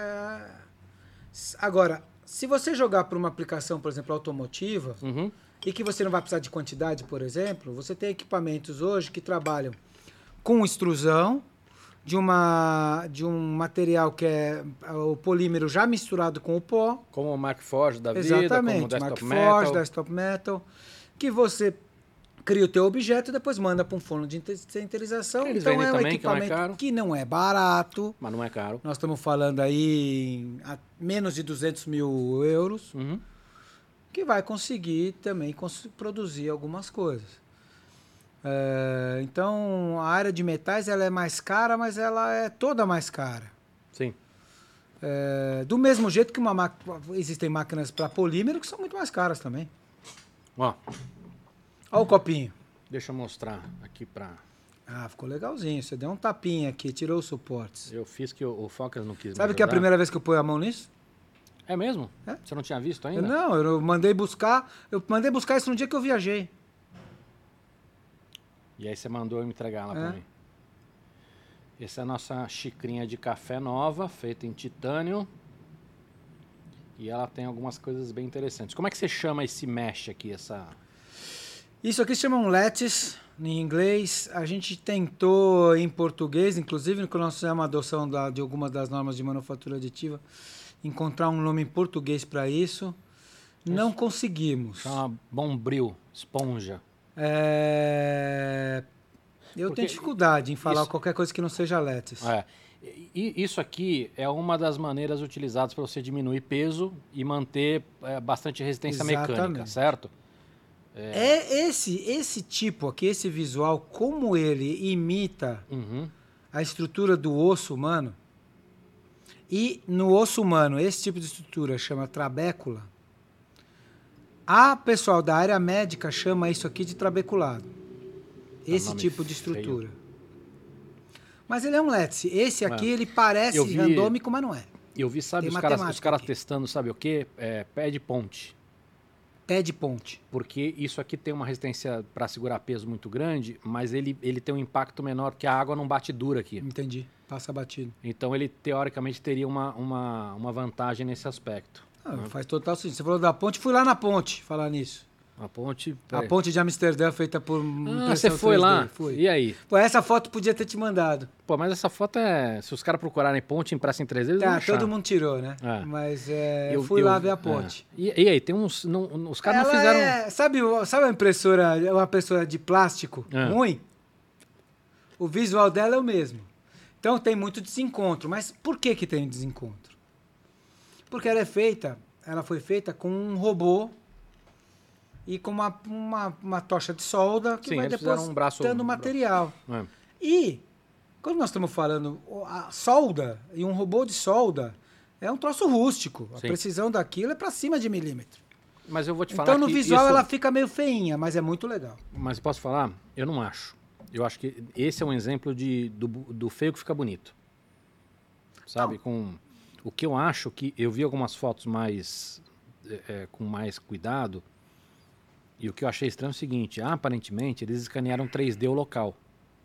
Agora, se você jogar para uma aplicação, por exemplo, automotiva, e que você não vai precisar de quantidade, por exemplo, você tem equipamentos hoje que trabalham com extrusão de um material que é o polímero já misturado com o pó. Como o Markforged da vida, exatamente, como o Desktop Markforged, Desktop Metal, que você cria o teu objeto e depois manda para um forno de sinterização. Eles então vendem um também, equipamento que não é barato. Mas não é caro. Nós estamos falando aí a menos de 200 mil euros, que vai conseguir também produzir algumas coisas. Então, a área de metais ela é mais cara, mas ela é toda mais cara. Sim. Do mesmo jeito que existem máquinas para polímero que são muito mais caras também. Ó. Olha o copinho. Deixa eu mostrar aqui para... ficou legalzinho. Você deu um tapinha aqui, tirou os suportes. Eu fiz que o Focas não quis. Sabe que é a primeira vez que eu ponho a mão nisso? É mesmo? Você não tinha visto ainda? Não, eu mandei buscar. Eu mandei buscar isso no dia que eu viajei. E aí você mandou eu me entregar lá para mim. Essa é a nossa xicrinha de café nova, feita em titânio. E ela tem algumas coisas bem interessantes. Como é que você chama esse mesh aqui, Isso aqui se chama um lattice, em inglês. A gente tentou em português, inclusive quando nós fizemos a adoção de algumas das normas de manufatura aditiva, encontrar um nome em português para isso. Não conseguimos. Chama bombril, esponja. Eu tenho dificuldade em falar qualquer coisa que não seja lattice. E isso aqui é uma das maneiras utilizadas para você diminuir peso e manter bastante resistência mecânica, certo? Esse tipo aqui, esse visual, como ele imita a estrutura do osso humano, e no osso humano esse tipo de estrutura chama trabécula, a pessoal da área médica chama isso aqui de trabeculado. Esse tipo de estrutura. Feio. Mas ele é um lattice. Esse aqui, ele parece randômico, mas não é. Eu vi, sabe, os caras testando, sabe o quê? Pé de ponte. Pé de ponte. Porque isso aqui tem uma resistência para segurar peso muito grande, mas ele tem um impacto menor, porque a água não bate dura aqui. Entendi. Passa batido. Então ele, teoricamente, teria uma vantagem nesse aspecto. Faz total sentido. Você falou da ponte, fui lá na ponte falar nisso. A ponte... A ponte de Amsterdã feita por você foi 3D. Lá? Fui. E aí? Pô, essa foto podia ter te mandado. Pô, mas essa foto se os caras procurarem ponte impressa em 3D, eles vão achar. Todo mundo tirou, né? Mas eu fui lá ver a ponte. E aí, tem uns... os caras não fizeram... Sabe uma impressora de plástico ruim? O visual dela é o mesmo. Então tem muito desencontro. Mas por que tem desencontro? Porque ela foi feita com um robô e com uma tocha de solda que vai depois dando material. E, quando nós estamos falando, a solda e um robô de solda é um troço rústico. A Sim. precisão daquilo é para cima de milímetro. Mas eu vou te falar Então no que visual isso... ela fica meio feinha, mas é muito legal. Mas posso falar? Eu não acho. Eu acho que esse é um exemplo do feio que fica bonito. Sabe? Com o que eu acho que... Eu vi algumas fotos mais com mais cuidado e o que eu achei estranho é o seguinte. Aparentemente, eles escanearam 3D o local.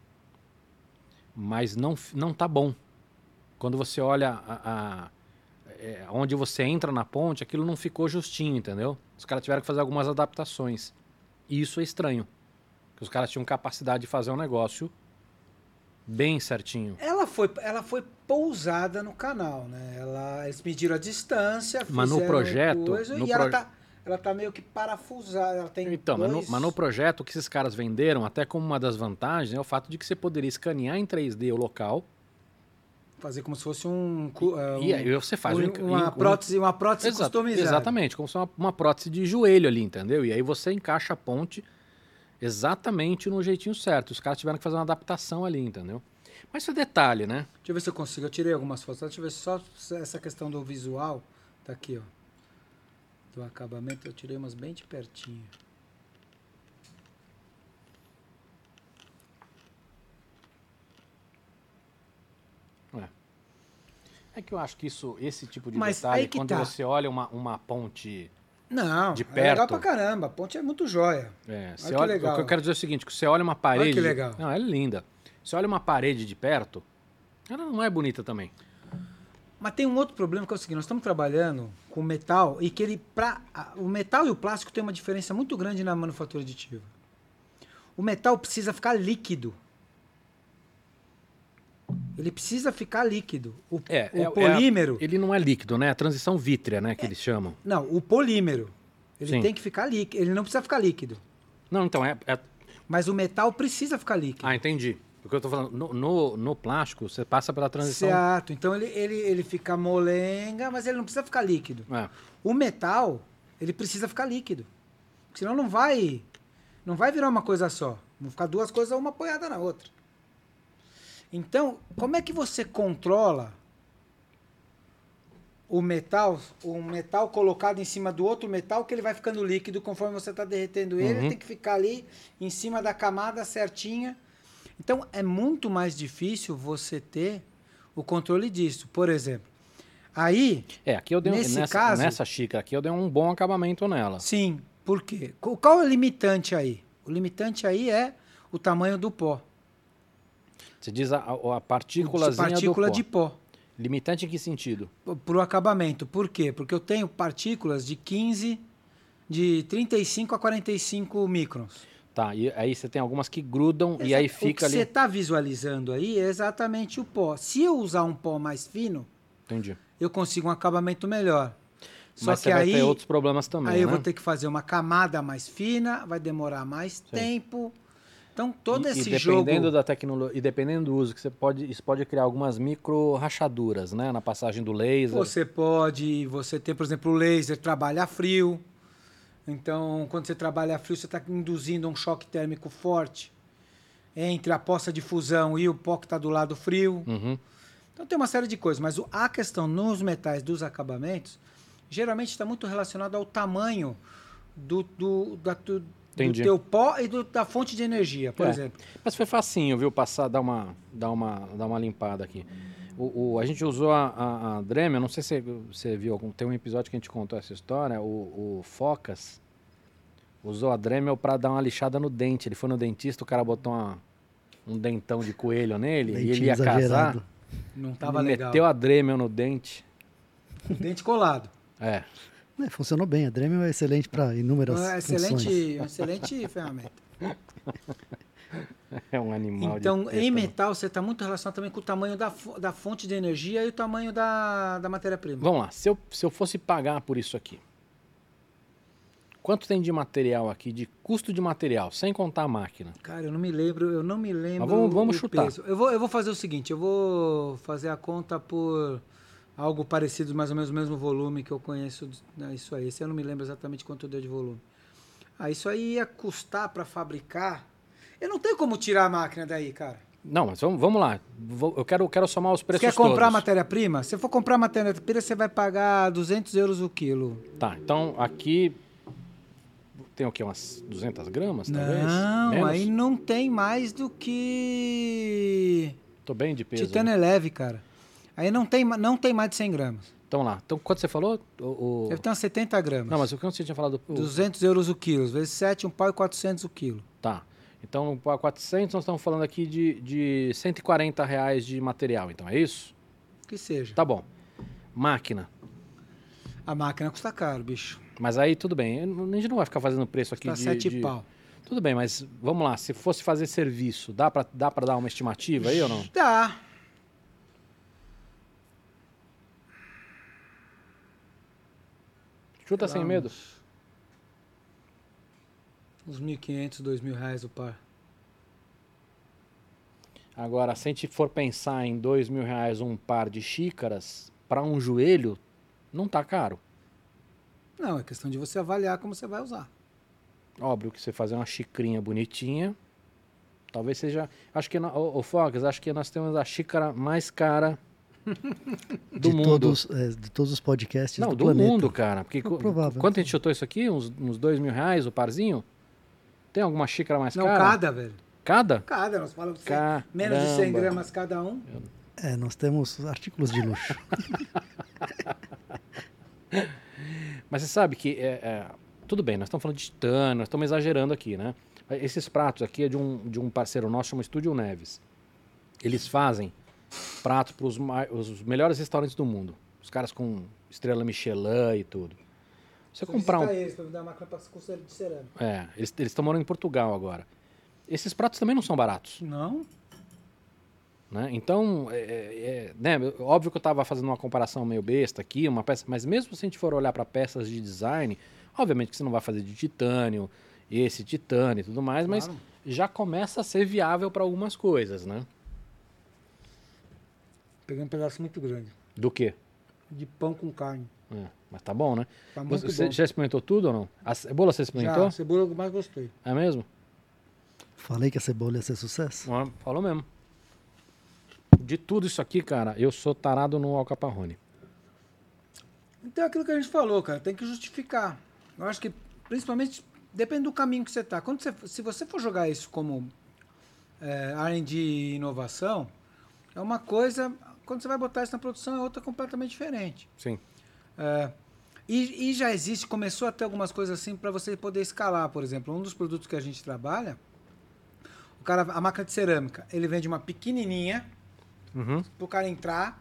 Mas não tá bom. Quando você olha onde você entra na ponte, aquilo não ficou justinho, entendeu? Os caras tiveram que fazer algumas adaptações. E isso é estranho. Porque os caras tinham capacidade de fazer um negócio bem certinho. Ela foi pousada no canal, né? Eles mediram a distância, Mas no fizeram projeto... coisa, e ela tá meio que parafusada. Ela tem Então, mas no projeto, o que esses caras venderam, até como uma das vantagens, é o fato de que você poderia escanear em 3D o local. Fazer como se fosse e aí você faz uma prótese customizada. Exatamente, como se fosse uma prótese de joelho ali, entendeu? E aí você encaixa a ponte exatamente no jeitinho certo. Os caras tiveram que fazer uma adaptação ali, entendeu? Mas isso é detalhe, né? Deixa eu ver se eu consigo. Eu tirei algumas fotos. Deixa eu ver só essa questão do visual. Tá aqui, ó. Do acabamento. Eu tirei umas bem de pertinho. É que eu acho que esse tipo de Mas detalhe, aí que quando tá. você olha uma ponte Não, de é perto... legal pra caramba. A ponte é muito joia. Você que olha, legal. O que eu quero dizer é o seguinte, que você olha uma parede... Olha que legal. Não, ela é linda. Você olha uma parede de perto, ela não é bonita também. Mas tem um outro problema que é o seguinte, nós estamos trabalhando com metal e que o metal e o plástico tem uma diferença muito grande na manufatura aditiva. O metal precisa ficar líquido. Ele precisa ficar líquido. O polímero... ele não é líquido, né? A transição vítrea, né? Que eles chamam. Não, o polímero. Ele Sim. tem que ficar líquido. Ele não precisa ficar líquido. Não, então Mas o metal precisa ficar líquido. Ah, entendi. Porque eu tô falando, no plástico, você passa pela transição... Certo. Então ele fica molenga, mas ele não precisa ficar líquido. O metal, ele precisa ficar líquido. Senão não vai virar uma coisa só. Vão ficar duas coisas, uma apoiada na outra. Então, como é que você controla o metal colocado em cima do outro metal, que ele vai ficando líquido conforme você está derretendo ele, ele tem que ficar ali em cima da camada certinha. Então, é muito mais difícil você ter o controle disso. Por exemplo, aí, aqui eu dei nessa xícara aqui eu dei um bom acabamento nela. Sim, por quê? Qual é o limitante aí? O limitante aí é o tamanho do pó. Você diz a partículazinha do pó. De pó. Limitante em que sentido? Para o acabamento. Por quê? Porque eu tenho partículas de 35 a 45 microns. Tá, e aí você tem algumas que grudam e aí fica ali... O que você está visualizando aí é exatamente o pó. Se eu usar um pó mais fino, entendi, eu consigo um acabamento melhor. Mas você vai ter outros problemas também, Aí eu né? vou ter que fazer uma camada mais fina, vai demorar mais tempo... Então, todo esse jogo... Dependendo da tecnologia, e dependendo do uso, que isso pode criar algumas micro rachaduras, né? Na passagem do laser. Você tem, por exemplo, o laser trabalha a frio. Então, quando você trabalha a frio, você está induzindo um choque térmico forte entre a poça de fusão e o pó que está do lado frio. Então, tem uma série de coisas. Mas a questão nos metais dos acabamentos, geralmente está muito relacionado ao tamanho do teu pó e da fonte de energia, por exemplo. Mas foi facinho, viu? Dar uma limpada aqui. A gente usou a Dremel, não sei se você viu, tem um episódio que a gente contou essa história, o Focas usou a Dremel para dar uma lixada no dente. Ele foi no dentista, o cara botou um dentão de coelho nele e ele ia casar. Não tava legal. Meteu a Dremel no dente. O dente colado. Funcionou bem. A Dremel é excelente para inúmeras funções. Excelente ferramenta. É um animal. Então, em metal, você está muito relacionado também com o tamanho da fonte de energia e o tamanho da matéria-prima. Vamos lá. Se eu fosse pagar por isso aqui, quanto tem de material aqui, de custo de material, sem contar a máquina? Cara, eu não me lembro. Mas vamos chutar. Peso. Eu vou fazer o seguinte, eu vou fazer a conta por... algo parecido, mais ou menos o mesmo volume que eu conheço, isso aí. Esse eu não me lembro exatamente quanto deu de volume. Isso aí ia custar para fabricar. Eu não tenho como tirar a máquina daí, cara. Não, mas vamos lá. Eu quero somar os Você preços quer comprar todos. matéria-prima? Se for comprar matéria-prima, você vai pagar 200 euros o quilo. Tá, então aqui tem o quê? Umas 200 gramas, talvez? Não, Menos? aí não tem mais do que Tô bem de peso. Titânio Né? é leve, cara. Aí não tem mais de 100 gramas. Então lá. Então, quanto você falou? Deve ter umas 70 gramas. Não, mas o que você tinha falado? 200 euros o quilo. Vezes 7, um pau e 400 o quilo. Tá. Então, para 400, nós estamos falando aqui de 140 reais de material. Então, é isso? Que seja. Tá bom. Máquina. A máquina custa caro, bicho. Mas aí, tudo bem. A gente não vai ficar fazendo preço aqui Custa 7 pau. Tudo bem, mas vamos lá. Se fosse fazer serviço, dá para dar uma estimativa aí ou não? Dá. Chuta Sei sem lá, medo. Uns 1.500, 2.000 reais o par. Agora, se a gente for pensar em 2.000 reais um par de xícaras, para um joelho, não tá caro. Não, é questão de você avaliar como você vai usar. Óbvio que você fazer uma xicrinha bonitinha, talvez seja... Acho que, o Fox, acho que nós temos a xícara mais cara do mundo. De todos os podcasts Não, do do planeta. mundo, cara. Porque Provável. quanto a gente chutou isso aqui? Uns 2.000 reais o parzinho? Tem alguma xícara mais Não, cara? cada, velho. Cada? Cada, nós falamos Caramba. menos de 100 gramas cada um. Nós temos artículos de luxo. Mas você sabe que... tudo bem, nós estamos falando de titânio, nós estamos exagerando aqui, né? Esses pratos aqui é de um parceiro nosso, chama Estúdio Neves. Eles fazem prato para os melhores restaurantes do mundo. Os caras com estrela Michelin e tudo. Você comprar um... eles, pra me dar uma máquina de cerâmica. Eles estão morando em Portugal agora. Esses pratos também não são baratos. Não? Né? Então, né? Óbvio que eu estava fazendo uma comparação meio besta aqui, uma peça, mas mesmo se a gente for olhar para peças de design, obviamente que você não vai fazer de titânio, esse titânio e tudo mais, Claro. mas já começa a ser viável para algumas coisas, né? Peguei um pedaço muito grande. Do quê? De pão com carne. Mas tá bom, né? Tá muito Você bom. já experimentou tudo ou não? A cebola você experimentou? Já, a cebola eu mais gostei. É mesmo? Falei que a cebola ia ser sucesso. Falou mesmo. De tudo isso aqui, cara, eu sou tarado no alcaparrone. Então é aquilo que a gente falou, cara, tem que justificar. Eu acho que, principalmente, depende do caminho que você está. Se você for jogar isso como R&D e inovação, é uma coisa, quando você vai botar isso na produção é outra completamente diferente. Sim. E já existe, começou a ter algumas coisas assim para você poder escalar, por exemplo. Um dos produtos que a gente trabalha, a máquina de cerâmica, ele vende uma pequenininha, Uhum. para o cara entrar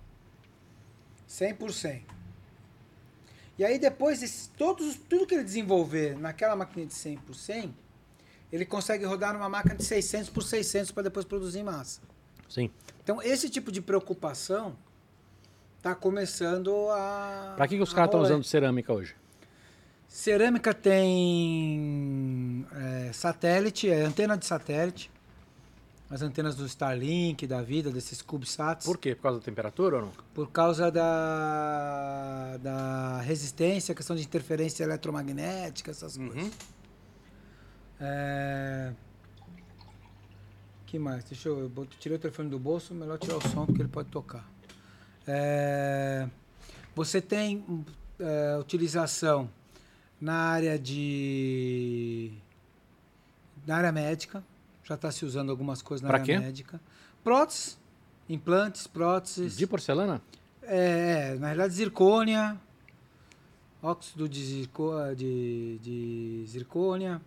100%. E aí depois, tudo que ele desenvolver naquela máquina de 100%, ele consegue rodar numa máquina de 600 por 600 para depois produzir em massa. Sim. Então, esse tipo de preocupação está começando a... Pra que os caras estão usando cerâmica hoje? Cerâmica tem satélite, antena de satélite. As antenas do Starlink, da vida, desses CubeSats. Por quê? Por causa da temperatura ou não? Por causa da resistência, questão de interferência eletromagnética, essas coisas. Que mais? Tirei o telefone do bolso, melhor tirar o som porque ele pode tocar. Você tem utilização na área médica. Já está se usando algumas coisas na área médica. Próteses, implantes, próteses. De porcelana? Na realidade, zircônia, óxido de zircônia.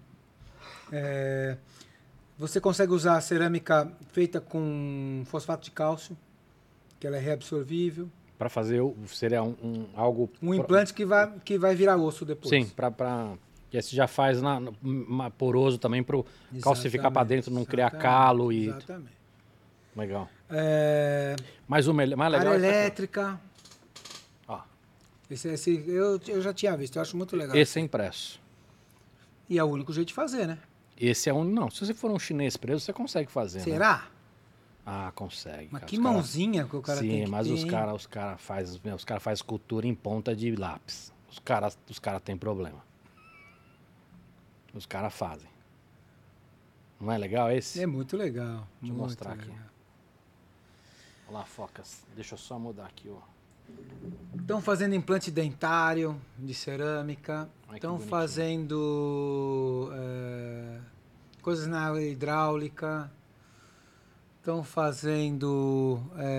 Você consegue usar cerâmica feita com fosfato de cálcio, que ela é reabsorvível. Para fazer, seria algo... Um implante que vai virar osso depois. Sim, que esse já faz poroso também para calcificar para dentro, não criar calo e... Exatamente. Legal. Mas o mais legal área elétrica. Ó. Esse eu já tinha visto, eu acho muito legal. Esse é impresso. E é o único jeito de fazer, né? Esse é não, se você for um chinês preso, você consegue fazer. Será? Né? Consegue. Mas que mãozinha que o cara tem que ter. Sim, mas os cara faz escultura em ponta de lápis. Os cara têm problema. Os caras fazem. Não é legal esse? É muito legal. Deixa eu muito mostrar legal. aqui. Olha lá, Focas. Deixa eu só mudar aqui, ó. Estão fazendo implante dentário de cerâmica. Ai, que Estão bonitinho. fazendo coisas na área hidráulica. Estão fazendo...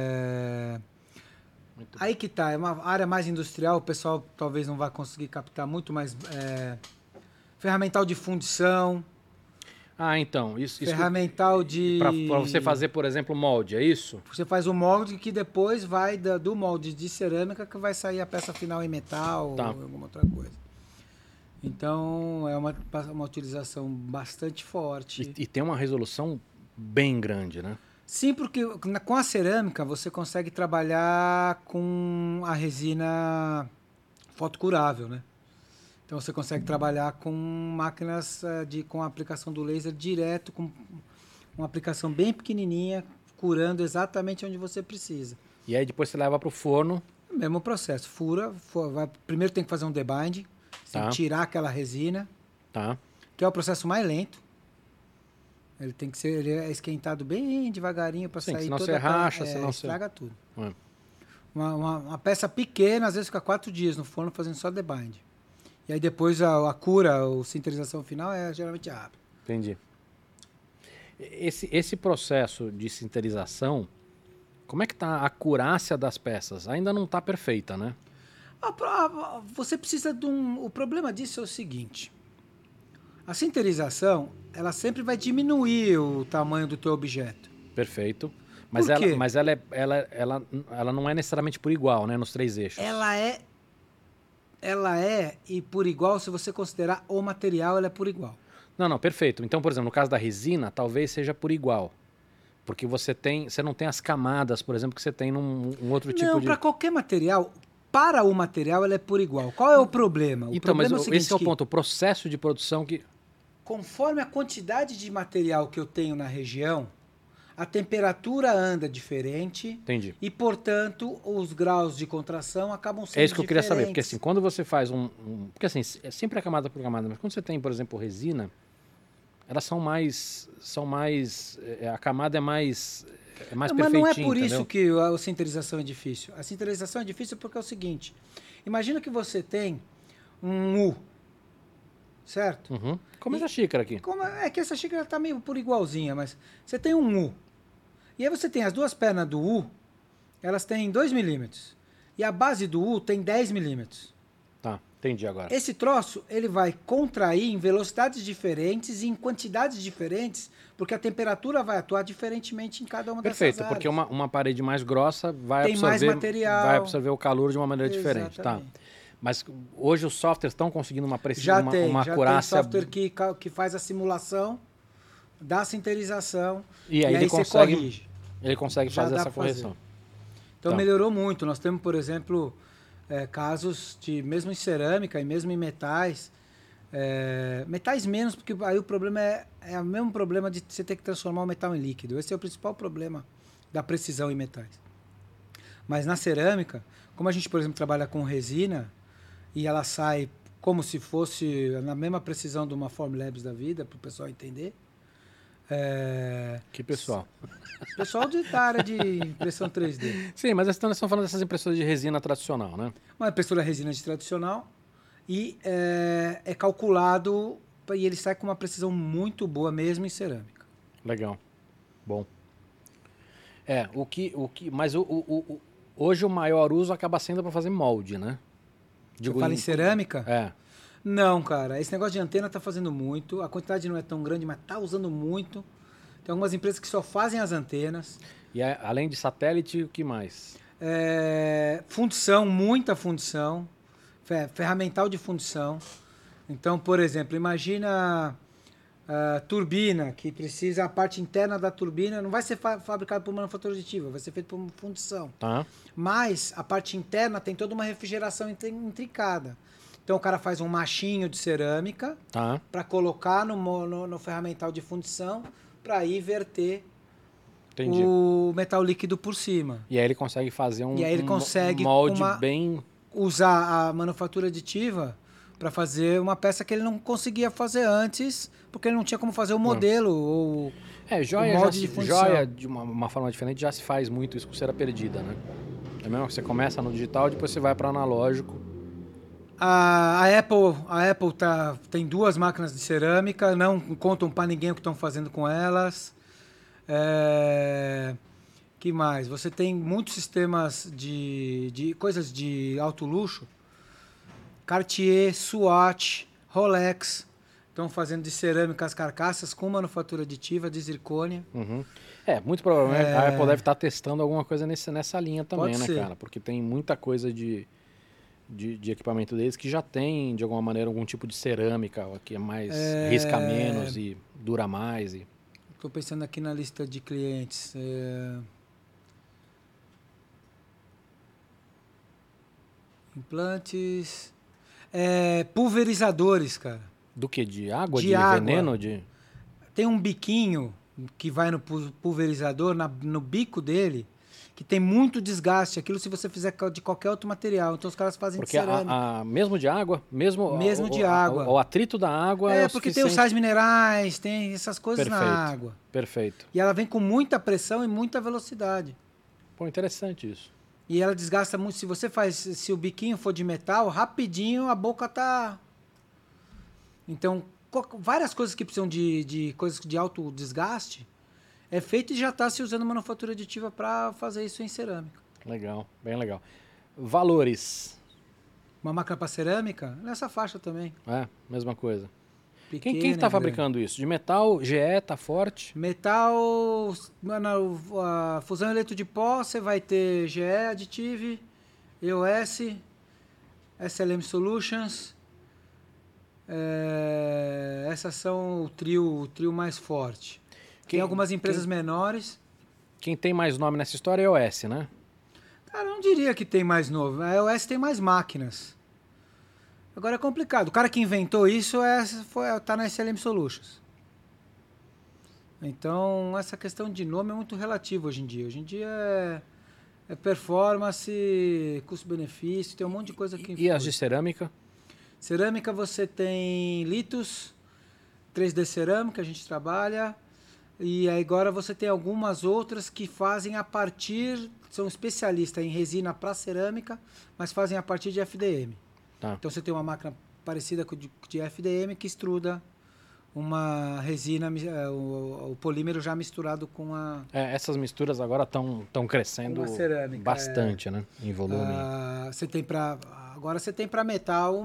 Muito Aí que tá, é uma área mais industrial, o pessoal talvez não vai conseguir captar muito, mas ferramental de fundição, Ah, então, isso ferramental de... para você fazer, por exemplo, molde, é isso? Você faz o molde que depois vai do molde de cerâmica que vai sair a peça final em metal Tá. ou alguma outra coisa. Então, é uma utilização bastante forte. E tem uma resolução bem grande, né? Sim, porque com a cerâmica você consegue trabalhar com a resina fotocurável, né? Então você consegue trabalhar com máquinas com a aplicação do laser direto, com uma aplicação bem pequenininha, curando exatamente onde você precisa. E aí depois você leva para o forno. Mesmo processo, primeiro tem que fazer um debind, você tem Tá. que tirar aquela resina, Tá. que é o processo mais lento. Ele é esquentado bem devagarinho para Sim, sair senão toda você racha, a, senão você... estraga tudo. É. Uma peça pequena, às vezes fica 4 dias no forno fazendo só debind. E aí depois a cura, a sinterização final é geralmente rápida. Entendi. Esse processo de sinterização, como é que tá a acurácia das peças? Ainda não está perfeita, né? Você precisa de O problema disso é o seguinte. A sinterização, ela sempre vai diminuir o tamanho do teu objeto. Perfeito. Mas, Por quê? ela não é necessariamente por igual, né? Nos 3 eixos. Ela é, e por igual, se você considerar o material, ela é por igual. Não, perfeito. Então, por exemplo, no caso da resina, talvez seja por igual. Porque você não tem as camadas, por exemplo, que você tem num outro tipo Não, de... para qualquer material, para o material, ela é por igual. Qual é o problema? Então, mas problema esse é o ponto, o processo de produção que... Conforme a quantidade de material que eu tenho na região, a temperatura anda diferente. Entendi. E, portanto, os graus de contração acabam sendo É isso que eu queria saber, diferentes. porque assim, quando você faz porque assim, é sempre a camada por camada, mas quando você tem, por exemplo, resina, elas são mais a camada é mais Mas perfeitinha, não é por isso entendeu? que a sinterização é difícil. A sinterização é difícil porque é o seguinte. Imagina que você tem um U, certo? Uhum. Como essa xícara aqui. É que essa xícara está meio por igualzinha, mas você tem um U. E aí você tem as duas pernas do U, elas têm 2 milímetros. E a base do U tem 10 milímetros. Tá, entendi agora. Esse troço, ele vai contrair em velocidades diferentes e em quantidades diferentes, porque a temperatura vai atuar diferentemente em cada uma Perfeito, dessas áreas. porque uma parede mais grossa vai Tem mais absorver, material. vai absorver o calor de uma maneira diferente, tá? Exatamente. Mas hoje os softwares estão conseguindo uma precisão, Já uma tem acurácia... software que faz a simulação da sinterização E aí ele você consegue, corrige. ele consegue Já fazer dá essa pra fazer. correção. Então Tá. melhorou muito. Nós temos, por exemplo, casos de mesmo em cerâmica e mesmo em metais. Metais menos, porque aí o problema é o mesmo problema de você ter que transformar o metal em líquido. Esse é o principal problema da precisão em metais. Mas na cerâmica, como a gente, por exemplo, trabalha com resina e ela sai como se fosse na mesma precisão de uma Formlabs da vida, para o pessoal entender. Que pessoal. Pessoal da área de impressão 3D. Sim, mas nós estamos falando dessas impressoras de resina tradicional, né? Uma impressora resina de tradicional e é calculado e ele sai com uma precisão muito boa mesmo em cerâmica. Legal. Bom. Mas hoje o maior uso acaba sendo para fazer molde, né? Você fala em cerâmica? É. Não, cara. Esse negócio de antena tá fazendo muito. A quantidade não é tão grande, mas tá usando muito. Tem algumas empresas que só fazem as antenas. E além de satélite, o que mais? Fundição, muita fundição. Ferramental de fundição. Então, por exemplo, imagina a turbina, que precisa, a parte interna da turbina não vai ser fabricada por manufatura aditiva, vai ser feita por fundição. Tá. Mas a parte interna tem toda uma refrigeração intrincada. Então o cara faz um machinho de cerâmica Tá. para colocar no ferramental de fundição para aí verter Entendi. o metal líquido por cima. E aí ele consegue fazer um E aí ele consegue molde uma- bem... Usar a manufatura aditiva para fazer uma peça que ele não conseguia fazer antes, porque ele não tinha como fazer o modelo ou joia, o molde de fundição. joia de uma forma diferente já se faz muito isso com cera perdida, né? É mesmo que você começa no digital, depois você vai para analógico. A Apple tem 2 máquinas de cerâmica, não contam para ninguém o que estão fazendo com elas. Que mais? Você tem muitos sistemas de coisas de alto luxo. Cartier, Swatch, Rolex estão fazendo de cerâmica as carcaças com manufatura aditiva de zircônia. Uhum. Muito provavelmente a Apple deve estar testando alguma coisa nessa linha também, Pode né, ser. cara? Porque tem muita coisa de equipamento deles que já tem, de alguma maneira, algum tipo de cerâmica que é mais risca menos e dura mais. Estou pensando aqui na lista de clientes. Implantes. Pulverizadores, cara. Do que? De água? De De água. veneno? Tem um biquinho que vai no pulverizador, no bico dele, que tem muito desgaste. Aquilo se você fizer de qualquer outro material. Então os caras fazem Porque de cerâmica. mesmo de água? Mesmo De água. O atrito da água Porque tem os sais minerais, tem essas coisas na água. Perfeito. E ela vem com muita pressão e muita velocidade. Pô, interessante isso. E ela desgasta muito. Se o biquinho for de metal, rapidinho a boca tá... Então, várias coisas que precisam de coisas de alto desgaste, é feito e já está se usando manufatura aditiva para fazer isso em cerâmica. Legal, bem legal. Valores. Uma máquina para cerâmica, nessa faixa também. Mesma coisa. Pequena, Quem está fabricando isso? De metal, GE, tá forte? Metal, a fusão eleito de pó, você vai ter GE Additive, EOS, SLM Solutions. Essas são o trio mais forte. Tem algumas empresas menores. Quem tem mais nome nessa história é a EOS, né? Cara, eu não diria que tem mais novo. A EOS tem mais máquinas. Agora é complicado. O cara que inventou isso tá na SLM Solutions. Então, essa questão de nome é muito relativa hoje em dia. Hoje em dia é performance, custo-benefício, tem um monte de coisa que influi. E as de cerâmica? Cerâmica você tem litos, 3D cerâmica a gente trabalha, e agora você tem algumas outras que fazem a partir, são especialistas em resina para cerâmica, mas fazem a partir de FDM. Tá. Então você tem uma máquina parecida com de FDM que extruda uma resina, o polímero já misturado com a... Essas misturas agora estão crescendo cerâmica, bastante, né? Em volume. Agora você tem para metal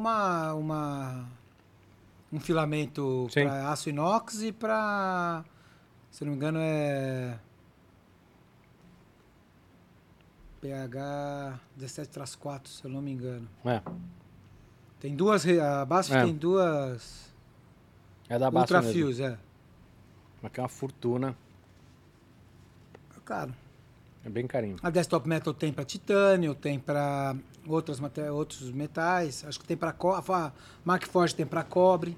um filamento para aço inox e para, se não me engano, é pH 17-4, se eu não me engano. Tem duas, a BASF tem duas da BASF ultrafios, Mas que é uma fortuna. É caro. É bem carinho. A Desktop Metal tem para titânio, tem para outros metais. Acho que tem para a Markforged tem para cobre.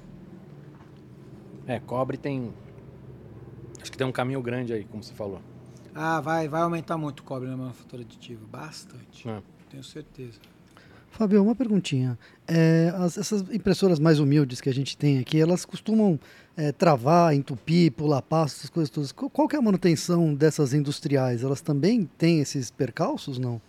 Cobre tem... Acho que tem um caminho grande aí, como você falou. Vai aumentar muito o cobre na manufatura aditiva. Bastante. Tenho certeza. Fábio, uma perguntinha. Essas impressoras mais humildes que a gente tem aqui, elas costumam travar, entupir, pular passos, essas coisas todas. Qual que é a manutenção dessas industriais? Elas também têm esses percalços, não?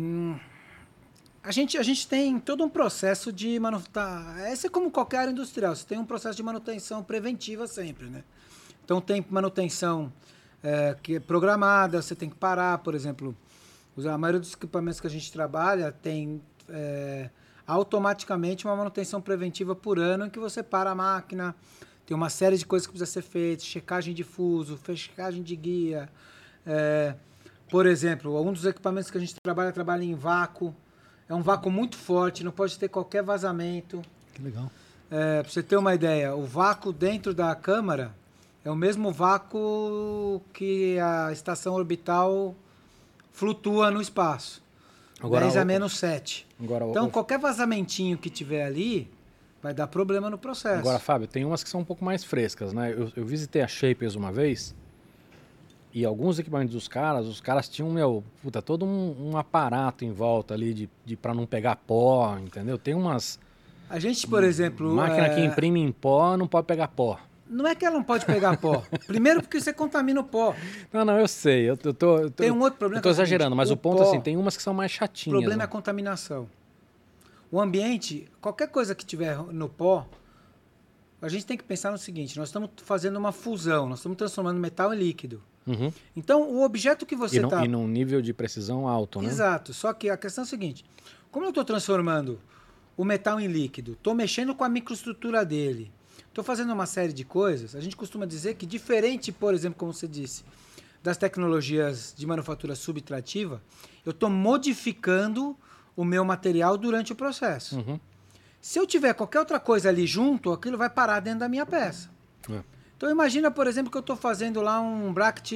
A gente tem todo um processo de manutenção. Essa é como qualquer área industrial. Você tem um processo de manutenção preventiva sempre, né? Então tem manutenção que é programada, você tem que parar, por exemplo. A maioria dos equipamentos que a gente trabalha tem automaticamente uma manutenção preventiva por ano em que você para a máquina, tem uma série de coisas que precisa ser feitas, checagem de fuso, checagem de guia. Por exemplo, um dos equipamentos que a gente trabalha em vácuo, é um vácuo muito forte, não pode ter qualquer vazamento. Que legal. Para você ter uma ideia, o vácuo dentro da câmara é o mesmo vácuo que a estação orbital flutua no espaço. Agora, 10 a menos 7. Então, qualquer vazamentinho que tiver ali vai dar problema no processo. Agora, Fábio, tem umas que são um pouco mais frescas, né? Eu visitei a Shapers uma vez e alguns equipamentos dos caras, os caras tinham, todo um aparato em volta ali para não pegar pó, entendeu? Tem umas A gente, por exemplo... Máquina que imprime em pó não pode pegar pó. Não é que ela não pode pegar pó. Primeiro porque você contamina o pó. Não, eu sei. Tem um outro problema. Eu tô exagerando, mas o ponto pó, assim, tem umas que são mais chatinhas. O problema né? é a contaminação. O ambiente, qualquer coisa que tiver no pó, a gente tem que pensar no seguinte, nós estamos fazendo uma fusão, nós estamos transformando metal em líquido. Uhum. Então, o objeto que você está... E num nível de precisão alto, né? Exato. Só que a questão é a seguinte, como eu estou transformando o metal em líquido, estou mexendo com a microestrutura dele, estou fazendo uma série de coisas, a gente costuma dizer que diferente, por exemplo, como você disse, das tecnologias de manufatura subtrativa, eu estou modificando o meu material durante o processo. Uhum. Se eu tiver qualquer outra coisa ali junto, aquilo vai parar dentro da minha peça. Então imagina, por exemplo, que eu estou fazendo lá um bracket,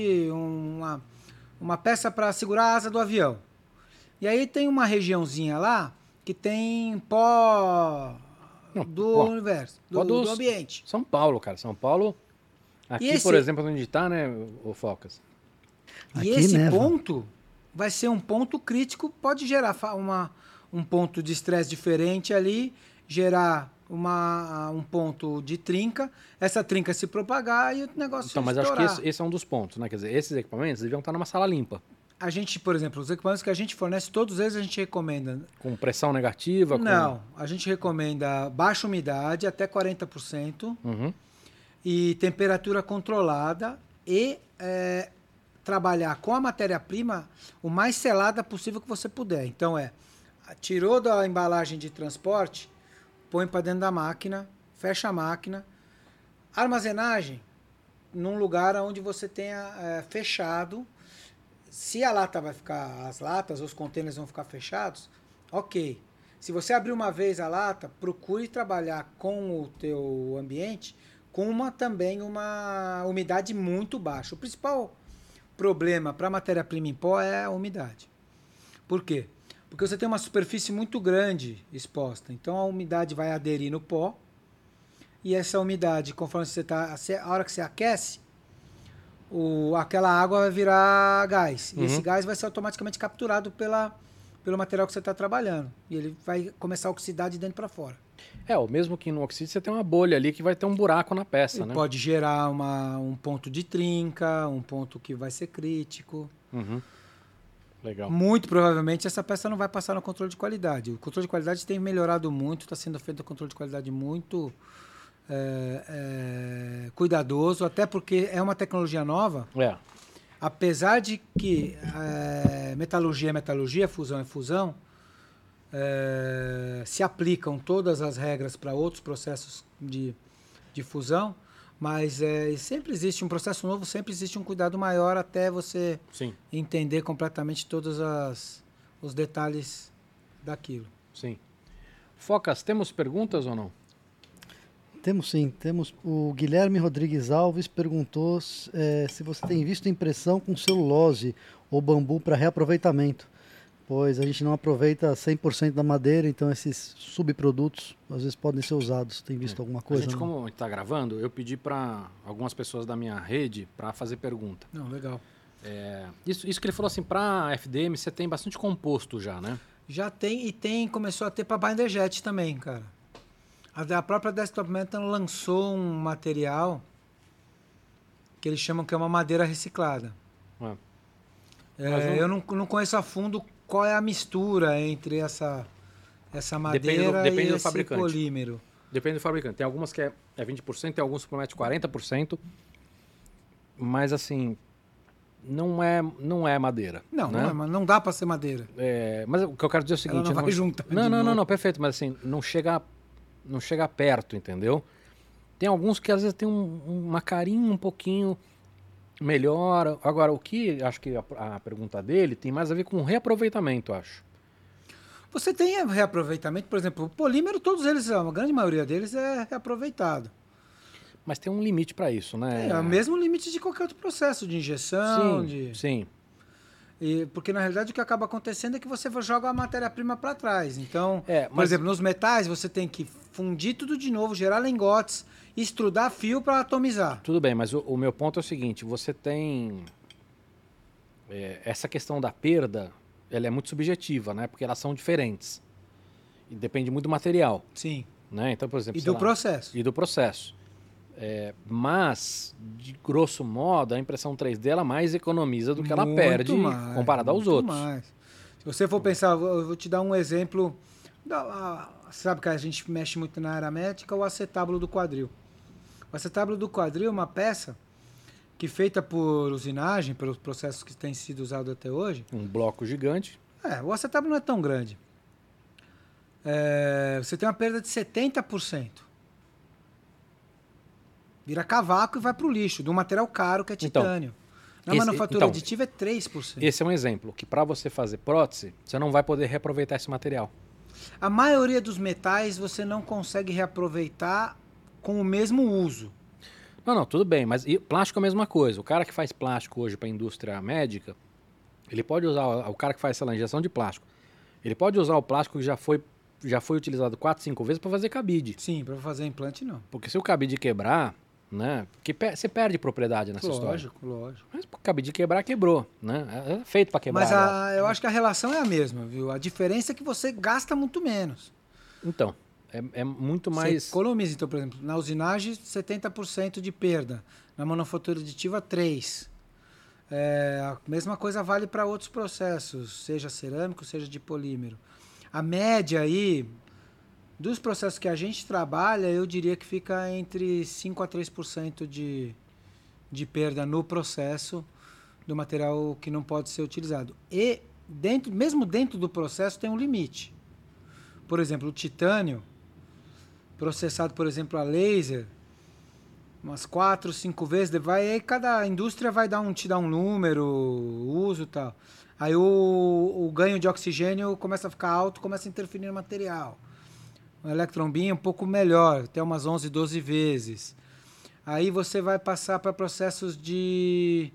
uma peça para segurar a asa do avião. E aí tem uma regiãozinha lá que tem pó universo, do ambiente. São Paulo, cara. São Paulo, aqui, por exemplo, onde está, né, o Focas? E Aqui esse neva. ponto vai ser um ponto crítico, pode gerar um ponto de estresse diferente ali, gerar um ponto de trinca, essa trinca se propagar e o negócio Então, mas estourar. acho que esse é um dos pontos, né? Quer dizer, esses equipamentos deviam estar numa sala limpa. A gente, por exemplo, os equipamentos que a gente fornece, todos eles a gente recomenda. Com pressão negativa? Não, a gente recomenda baixa umidade, até 40%, Uhum. e temperatura controlada e trabalhar com a matéria-prima o mais selada possível que você puder. Então tirou da embalagem de transporte, põe para dentro da máquina, fecha a máquina. Armazenagem, num lugar onde você tenha fechado. Se a lata vai ficar, as latas, os contêineres vão ficar fechados, ok. Se você abrir uma vez a lata, procure trabalhar com o teu ambiente com também uma umidade muito baixa. O principal problema para a matéria-prima em pó é a umidade. Por quê? Porque você tem uma superfície muito grande exposta. Então a umidade vai aderir no pó. E essa umidade, conforme a hora que você aquece, aquela água vai virar gás. E esse gás vai ser automaticamente capturado pelo material que você está trabalhando. E ele vai começar a oxidar de dentro para fora. O mesmo que no oxídio você tem uma bolha ali que vai ter um buraco na peça, né? Pode gerar um ponto de trinca, um ponto que vai ser crítico. Uhum. Legal. Muito provavelmente essa peça não vai passar no controle de qualidade. O controle de qualidade tem melhorado muito, está sendo feito um controle de qualidade muito cuidadoso, até porque é uma tecnologia nova. Apesar de que metalurgia é metalurgia, fusão é fusão, se aplicam todas as regras para outros processos de fusão, mas sempre existe um processo novo, sempre existe um cuidado maior até você entender completamente todos os detalhes daquilo. Sim. Focas, temos perguntas ou não? Temos sim, temos. O Guilherme Rodrigues Alves perguntou se você tem visto impressão com celulose ou bambu para reaproveitamento, pois a gente não aproveita 100% da madeira, então esses subprodutos às vezes podem ser usados. Tem visto alguma coisa? A gente, como está gravando, eu pedi para algumas pessoas da minha rede para fazer pergunta. Não, legal. Isso que ele falou assim, para FDM você tem bastante composto já, né? Já tem, começou a ter para binder jet também, cara. A própria Desktop Metal lançou um material que eles chamam que é uma madeira reciclada. Eu não conheço a fundo qual é a mistura entre essa madeira depende e do esse fabricante. polímero. Depende do fabricante. Tem algumas que é 20%, tem alguns que promete 40%, mas assim, não é madeira. Não, né? não dá para ser madeira. Mas o que eu quero dizer é o seguinte... Ela não vai juntar de não, novo. perfeito, mas assim, não chega perto, entendeu? Tem alguns que às vezes tem uma carinha um pouquinho melhor. Agora, o que acho que a pergunta dele tem mais a ver com reaproveitamento, acho. Você tem reaproveitamento, por exemplo, o polímero, todos eles, a grande maioria deles é reaproveitado. Mas tem um limite para isso, né? É o mesmo limite de qualquer outro processo, de injeção. Sim. Porque na realidade o que acaba acontecendo é que você joga a matéria-prima para trás. Então, por exemplo, nos metais você tem que fundir tudo de novo, gerar lingotes, extrudar fio para atomizar. Tudo bem, mas o meu ponto é o seguinte, você tem essa questão da perda, ela é muito subjetiva, né? Porque elas são diferentes. E depende muito do material. Sim. né? Então, por exemplo, E do processo. E do processo. Mas, de grosso modo, a impressão 3D ela mais economiza do que ela perde comparado aos outros. Mais. Se você for pensar, eu vou te dar um exemplo. Sabe que a gente mexe muito na área médica, o acetábulo do quadril. O acetábulo do quadril é uma peça que feita por usinagem, pelos processos que têm sido usados até hoje. Um bloco gigante. O acetábulo não é tão grande. Você tem uma perda de 70%. Vira cavaco e vai para o lixo, de um material caro que é titânio. Na manufatura aditiva é 3%. Esse é um exemplo, que para você fazer prótese, você não vai poder reaproveitar esse material. A maioria dos metais você não consegue reaproveitar com o mesmo uso. Não, tudo bem, mas plástico é a mesma coisa. O cara que faz plástico hoje para a indústria médica, ele pode usar, o cara que faz, sei lá, injeção de plástico, ele pode usar o plástico que já foi utilizado 4, 5 vezes para fazer cabide. Sim, para fazer implante não. Porque se o cabide quebrar, né, você perde propriedade nessa história. Lógico. Mas o cabide quebrar, quebrou, né? É feito para quebrar. Mas eu acho que a relação é a mesma, viu? A diferença é que você gasta muito menos. Então, é muito mais... Você economiza, então, por exemplo, na usinagem, 70% de perda. Na manufatura aditiva, 3%. A mesma coisa vale para outros processos, seja cerâmico, seja de polímero. A média aí, dos processos que a gente trabalha, eu diria que fica entre 5% a 3% de perda no processo do material que não pode ser utilizado. E, mesmo dentro do processo, tem um limite. Por exemplo, o titânio, processado, por exemplo, a laser, umas 4, 5 vezes, aí cada indústria vai te dar um número, uso e tal. Aí o ganho de oxigênio começa a ficar alto, começa a interferir no material. O electron beam é um pouco melhor, até umas 11, 12 vezes. Aí você vai passar para processos de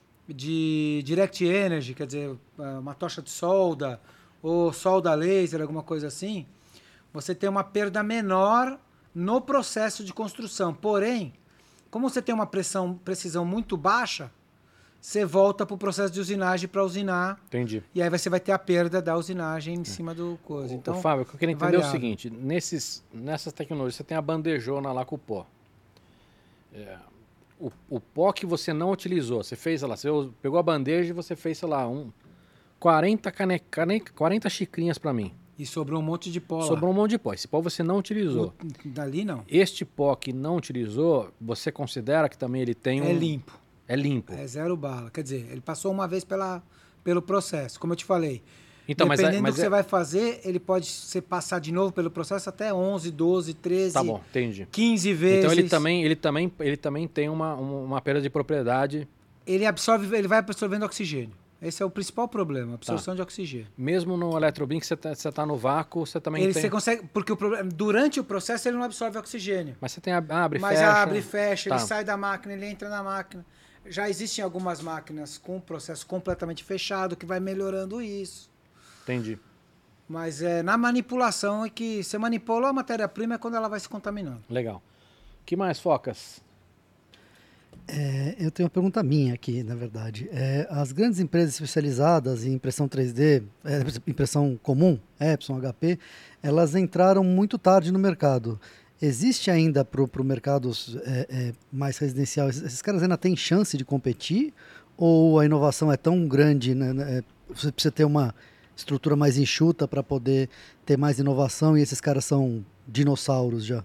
direct energy, quer dizer, uma tocha de solda, ou solda laser, alguma coisa assim. Você tem uma perda menor no processo de construção. Porém, como você tem uma precisão muito baixa, você volta para o processo de usinagem para usinar. Entendi. E aí você vai ter a perda da usinagem em cima do coisa. Então, Fábio, o que eu queria entender é o seguinte, nessas tecnologias você tem a bandejona lá com o pó. O pó que você não utilizou, você fez, sei lá, você pegou a bandeja e você fez, sei lá, 40 xicrinhas para mim. E sobrou um monte de pó. Sobrou um monte de pó. Esse pó você não utilizou. Dali não. Este pó que não utilizou, você considera que também ele tem É limpo. É limpo. É 0 bala. Quer dizer, ele passou uma vez pelo processo, como eu te falei. Então, dependendo do que você vai fazer, ele pode ser passar de novo pelo processo até 11, 12, 13, tá bom, entendi. 15 vezes. Então ele também tem uma perda de propriedade. Ele vai absorvendo oxigênio. Esse é o principal problema, a absorção de oxigênio. Mesmo no eletrobim que você tá no vácuo, você também tem... Você consegue, porque durante o processo ele não absorve oxigênio. Mas você tem abre e fecha. Mas abre e fecha, ele sai da máquina, ele entra na máquina. Já existem algumas máquinas com o processo completamente fechado que vai melhorando isso. Entendi. Mas na manipulação é que você manipulou a matéria-prima é quando ela vai se contaminando. Legal. O que mais, Focas? Eu tenho uma pergunta minha aqui, na verdade. As grandes empresas especializadas em impressão 3D, impressão comum, Epson, HP, elas entraram muito tarde no mercado. Existe ainda para o mercado mais residencial, esses caras ainda têm chance de competir? Ou a inovação é tão grande, né, você precisa ter uma estrutura mais enxuta para poder ter mais inovação e esses caras são dinossauros já?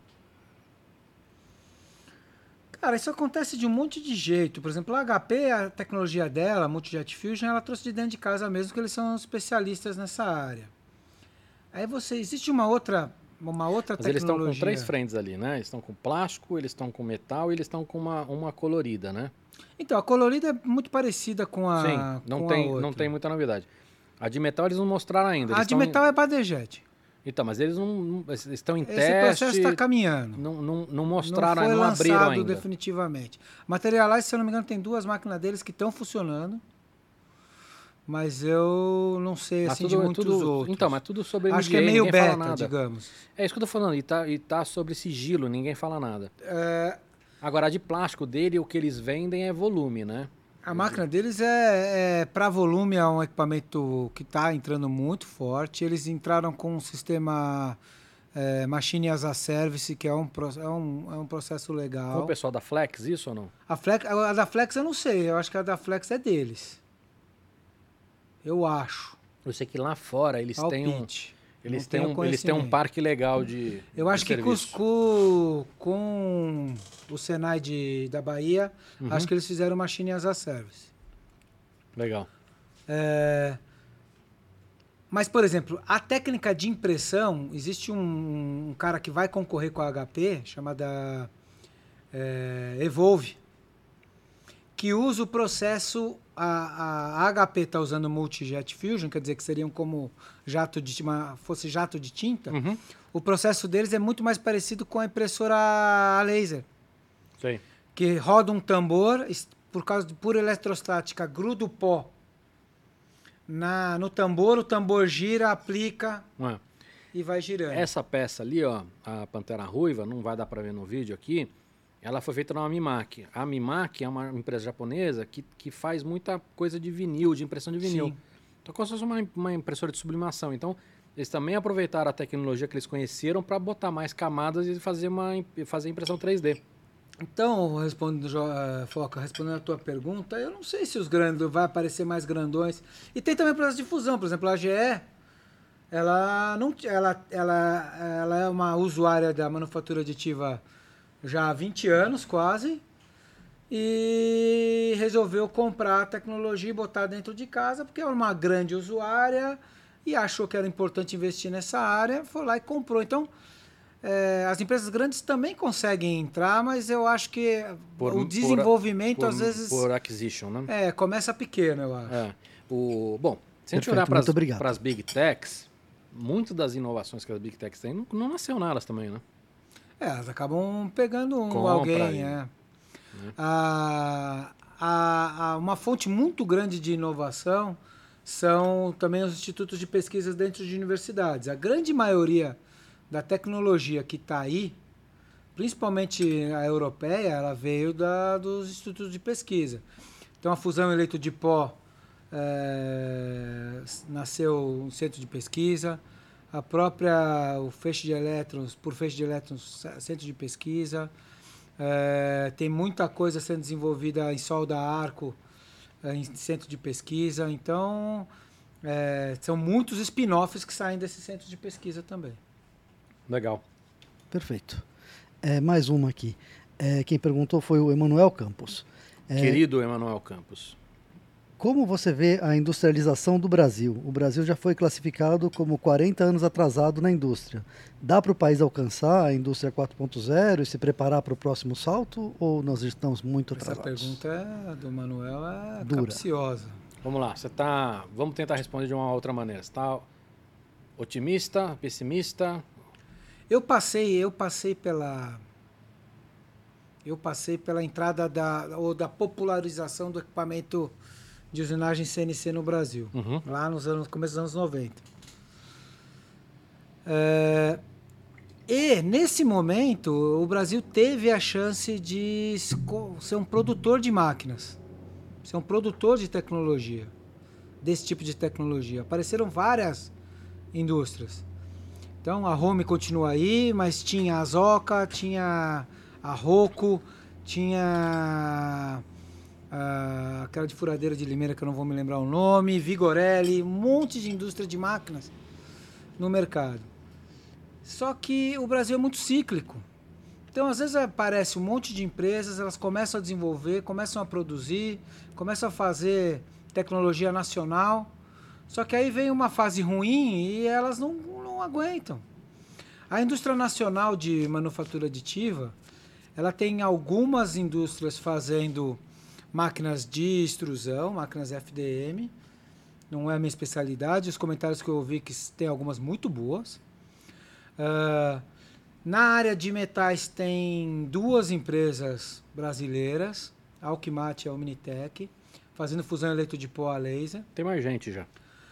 Cara, isso acontece de um monte de jeito. Por exemplo, a HP, a tecnologia dela, a Multijet Fusion, ela trouxe de dentro de casa mesmo, que eles são especialistas nessa área. Aí existe uma outra Mas tecnologia. eles estão com 3 frentes ali, né? Eles estão com plástico, eles estão com metal e eles estão com uma colorida, né? Então, a colorida é muito parecida com a Sim, não tem muita novidade. A de metal eles não mostraram ainda. A de metal é Badejet. Então, mas eles eles estão em Esse teste. Esse processo está caminhando. Não mostraram, não abriram ainda. Não foi lançado definitivamente. Materialize, se eu não me engano, tem 2 máquinas deles que estão funcionando. Mas eu não sei assim, de muitos outros. Então, mas tudo sobre NDA, acho que é meio beta, nada. digamos. É isso que eu tô falando. E tá sobre sigilo, ninguém fala nada. Agora, a de plástico dele, o que eles vendem é volume, né? A máquina deles para volume, é um equipamento que está entrando muito forte. Eles entraram com um sistema Machine as a Service, que é um processo legal. Com o pessoal da Flex, isso ou não? A da Flex eu não sei, eu acho que a da Flex é deles. Eu acho. Eu sei que lá fora eles têm Eles têm um parque legal de Eu acho que com o Senai da Bahia, acho que eles fizeram Machine as a Service. Legal. Mas, por exemplo, a técnica de impressão, existe um cara que vai concorrer com a HP, chamada Evolve, que usa o processo, a HP está usando Multi-Jet Fusion, quer dizer que seriam como fosse jato de tinta. O processo deles é muito mais parecido com a impressora a laser. Sei. Que roda um tambor, por causa de pura eletrostática, gruda o pó no tambor, o tambor gira, aplica e vai girando. Essa peça ali, ó, a Pantera Ruiva, não vai dar para ver no vídeo aqui, ela foi feita na Mimaki. A Mimaki é uma empresa japonesa que faz muita coisa de vinil, de impressão de vinil. Sim. Então, como se fosse uma impressora de sublimação. Então, eles também aproveitaram a tecnologia que eles conheceram para botar mais camadas e fazer impressão 3D. Então, Foca, respondendo a tua pergunta, eu não sei se os grandes vai aparecer mais grandões. E tem também o processo de fusão. Por exemplo, a GE, ela é uma usuária da manufatura aditiva já há 20 anos, quase, e resolveu comprar a tecnologia e botar dentro de casa, porque é uma grande usuária e achou que era importante investir nessa área, foi lá e comprou. Então, as empresas grandes também conseguem entrar, mas eu acho que o desenvolvimento, às vezes... Por acquisition, né? Começa pequeno, eu acho. Bom, se a gente olhar para as Big Techs, muitas das inovações que as Big Techs têm não nasceu nelas também, né? Elas acabam pegando alguém, Uma fonte muito grande de inovação são também os institutos de pesquisa dentro de universidades. A grande maioria da tecnologia que está aí, principalmente a europeia, ela veio dos institutos de pesquisa. Então, a fusão eleito de pó nasceu um centro de pesquisa. O feixe de elétrons, centro de pesquisa. Tem muita coisa sendo desenvolvida em solda a arco, em centro de pesquisa. Então, são muitos spin-offs que saem desse centro de pesquisa também. Legal. Perfeito. Mais uma aqui. Quem perguntou foi o Emanuel Campos. Querido Emanuel Campos. Como você vê a industrialização do Brasil? O Brasil já foi classificado como 40 anos atrasado na indústria. Dá para o país alcançar a indústria 4.0 e se preparar para o próximo salto? Ou nós estamos muito atrasados? Essa pergunta do Manuel é capciosa. Vamos lá. Vamos tentar responder de uma outra maneira. Você está otimista, pessimista? Eu passei pela entrada da popularização do equipamento de usinagem CNC no Brasil, lá no começo dos anos 90. E, nesse momento, o Brasil teve a chance de ser um produtor de máquinas, ser um produtor de tecnologia, desse tipo de tecnologia. Apareceram várias indústrias. Então, a Home continua aí, mas tinha a Zoca, tinha a Rocco, tinha aquela de furadeira de Limeira, que eu não vou me lembrar o nome, Vigorelli, um monte de indústria de máquinas no mercado. Só que o Brasil é muito cíclico. Então, às vezes aparece um monte de empresas, elas começam a desenvolver, começam a produzir, começam a fazer tecnologia nacional, só que aí vem uma fase ruim e elas não aguentam. A indústria nacional de manufatura aditiva, ela tem algumas indústrias fazendo máquinas de extrusão, máquinas FDM. Não é a minha especialidade. Os comentários que eu ouvi que tem algumas muito boas. Na área de metais tem 2 empresas brasileiras, a Alquimate e a Omnitec, fazendo fusão eleito de pó a laser. Tem mais gente já.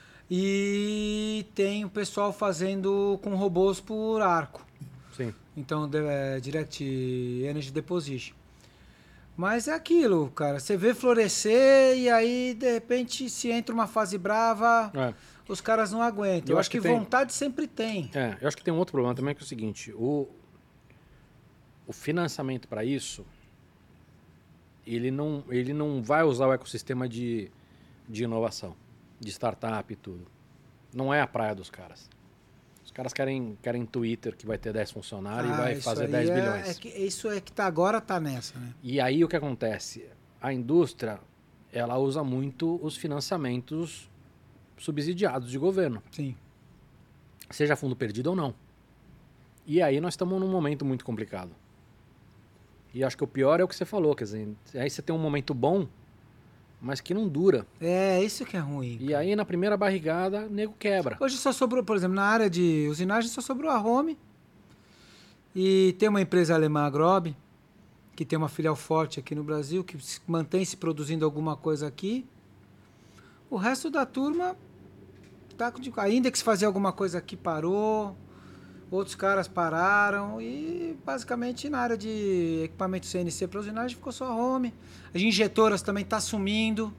E tem o pessoal fazendo com robôs por arco. Sim. Então, Direct Energy Deposition. Mas é aquilo, cara. Você vê florescer e aí, de repente, se entra uma fase brava, os caras não aguentam. Eu acho que vontade sempre tem. Eu acho que tem um outro problema também, que é o seguinte, o financiamento para isso, ele não vai usar o ecossistema de inovação, de startup e tudo. Não é a praia dos caras. Os caras querem Twitter que vai ter 10 funcionários e vai fazer 10 bilhões. Isso é que agora tá nessa, né? E aí o que acontece? A indústria, ela usa muito os financiamentos subsidiados de governo. Sim. Seja fundo perdido ou não. E aí nós estamos num momento muito complicado. E acho que o pior é o que você falou, quer dizer, aí você tem um momento bom, mas que não dura. Isso que é ruim. E aí na primeira barrigada, o nego quebra. Hoje só sobrou, por exemplo, na área de usinagem só sobrou a Home. E tem uma empresa alemã, a Grob, que tem uma filial forte aqui no Brasil, que mantém se produzindo alguma coisa aqui. O resto da turma, a Index fazia alguma coisa aqui, parou. Outros caras pararam e basicamente na área de equipamento CNC para usinagem ficou só a Home. As injetoras também tá sumindo.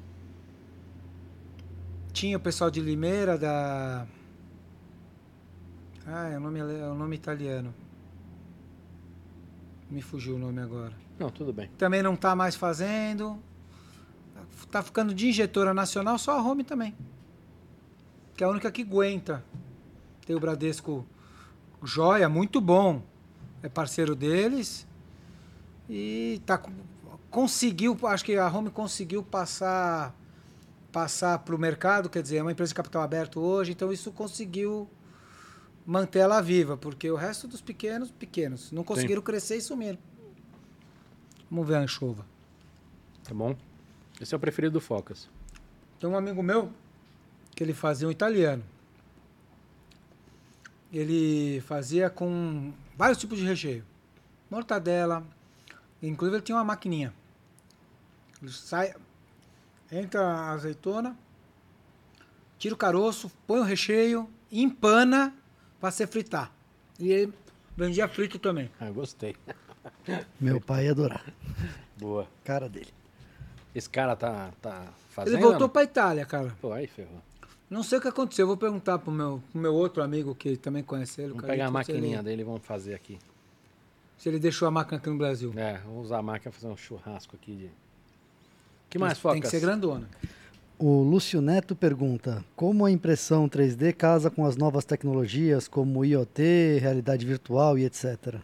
Tinha o pessoal de Limeira da... é o nome italiano. Me fugiu o nome agora. Não, tudo bem. Também não tá mais fazendo. Tá ficando de injetora nacional só a Home também. Que é a única que aguenta. Tem o Bradesco Joia, muito bom. É parceiro deles. E conseguiu, acho que a Home conseguiu passar para o mercado, quer dizer, é uma empresa de capital aberto hoje, então isso conseguiu manter ela viva, porque o resto dos pequenos, não conseguiram crescer e sumiram. Vamos ver a anchova. Tá bom? Esse é o preferido do Focas. Tem um amigo meu que ele fazia um italiano. Ele fazia com vários tipos de recheio. Mortadela. Inclusive ele tinha uma maquininha. Ele entra a azeitona, tira o caroço, põe o recheio, empana para você fritar. E ele vendia frito também. Eu gostei. Meu pai ia adorar. Boa. Cara dele. Esse cara tá fazendo? Ele voltou para Itália, cara. Pô, aí ferrou. Não sei o que aconteceu. Eu vou perguntar pro meu outro amigo que também conhece ele. Vamos pegar a maquininha dele e vamos fazer aqui. Se ele deixou a máquina aqui no Brasil. Vamos usar a máquina para fazer um churrasco aqui de... Que mais, Focas? Tem que ser grandona. O Lúcio Neto pergunta: como a impressão 3D casa com as novas tecnologias como IoT, realidade virtual e etc?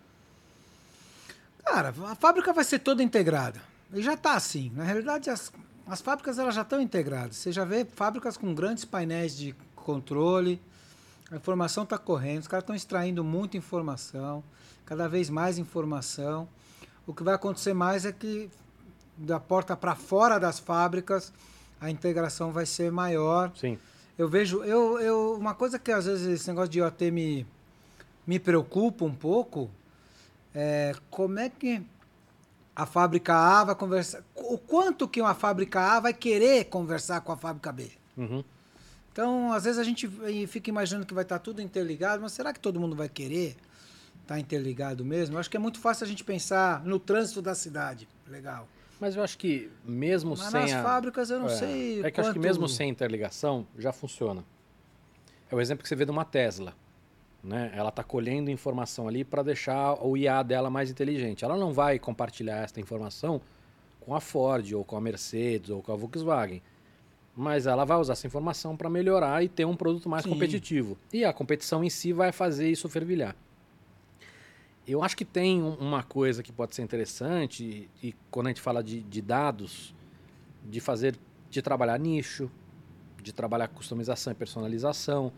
Cara, a fábrica vai ser toda integrada. E já está assim. Na realidade, as fábricas elas já estão integradas. Você já vê fábricas com grandes painéis de controle. A informação está correndo. Os caras estão extraindo muita informação. Cada vez mais informação. O que vai acontecer mais é que da porta para fora das fábricas a integração vai ser maior. Sim. Eu vejo... uma coisa que às vezes esse negócio de IoT me preocupa um pouco é como é que a fábrica A vai conversar... O quanto que uma fábrica A vai querer conversar com a fábrica B. Uhum. Então, às vezes a gente fica imaginando que vai estar tudo interligado, mas será que todo mundo vai querer estar interligado mesmo? Eu acho que é muito fácil a gente pensar no trânsito da cidade. Legal. Mas eu acho que mesmo mas sem nas fábricas eu não sei É que eu acho que mesmo sem interligação já funciona. É o exemplo que você vê de uma Tesla. Né? Ela está colhendo informação ali para deixar o IA dela mais inteligente. Ela não vai compartilhar essa informação com a Ford, ou com a Mercedes, ou com a Volkswagen. Mas ela vai usar essa informação para melhorar e ter um produto mais competitivo. E a competição em si vai fazer isso fervilhar. Eu acho que tem uma coisa que pode ser interessante, e quando a gente fala de dados, de trabalhar nicho, de trabalhar customização e personalização.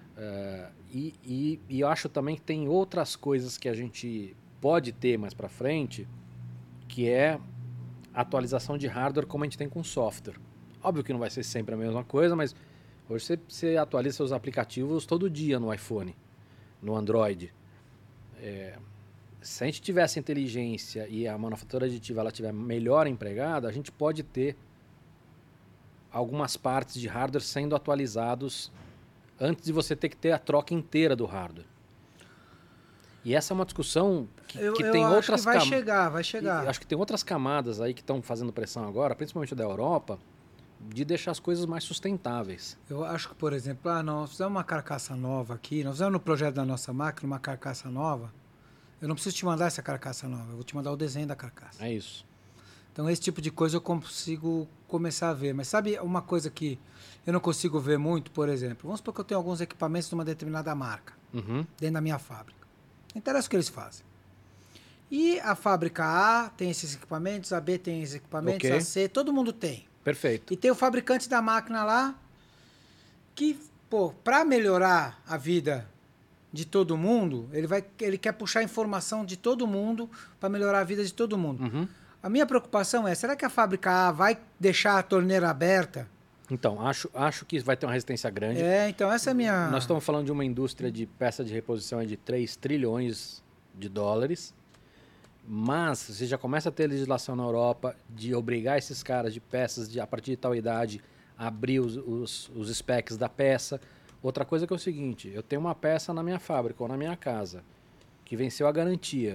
E eu acho também que tem outras coisas que a gente pode ter mais para frente, que é atualização de hardware como a gente tem com software. Óbvio que não vai ser sempre a mesma coisa, mas hoje você atualiza seus aplicativos todo dia no iPhone, no Android. Se a gente tivesse inteligência e a manufatura aditiva ela estiver melhor empregada, a gente pode ter algumas partes de hardware sendo atualizados antes de você ter que ter a troca inteira do hardware. E essa é uma discussão que tem acho outras que vai camadas. chegar. Acho que tem outras camadas aí que estão fazendo pressão agora, principalmente da Europa, de deixar as coisas mais sustentáveis. Eu acho que, por exemplo, nós fizemos uma carcaça nova aqui, nós fizemos no projeto da nossa máquina uma carcaça nova. Eu não preciso te mandar essa carcaça nova, eu vou te mandar o desenho da carcaça. É isso. Então, esse tipo de coisa eu consigo começar a ver. Mas sabe uma coisa que eu não consigo ver muito, por exemplo? Vamos supor que eu tenho alguns equipamentos de uma determinada marca dentro da minha fábrica. Não interessa o que eles fazem. E a fábrica A tem esses equipamentos, a B tem esses equipamentos, Ok. a C, todo mundo tem. Perfeito. E tem o fabricante da máquina lá que, para melhorar a vida de todo mundo, ele quer puxar informação de todo mundo para melhorar a vida de todo mundo. A minha preocupação é, será que a fábrica A vai deixar a torneira aberta? Então, acho que vai ter uma resistência grande. Então essa é a minha... Nós estamos falando de uma indústria de peça de reposição de 3 trilhões de dólares, mas você já começa a ter legislação na Europa de obrigar esses caras de peças a partir de tal idade a abrir os specs da peça. Outra coisa que é o seguinte, eu tenho uma peça na minha fábrica ou na minha casa que venceu a garantia.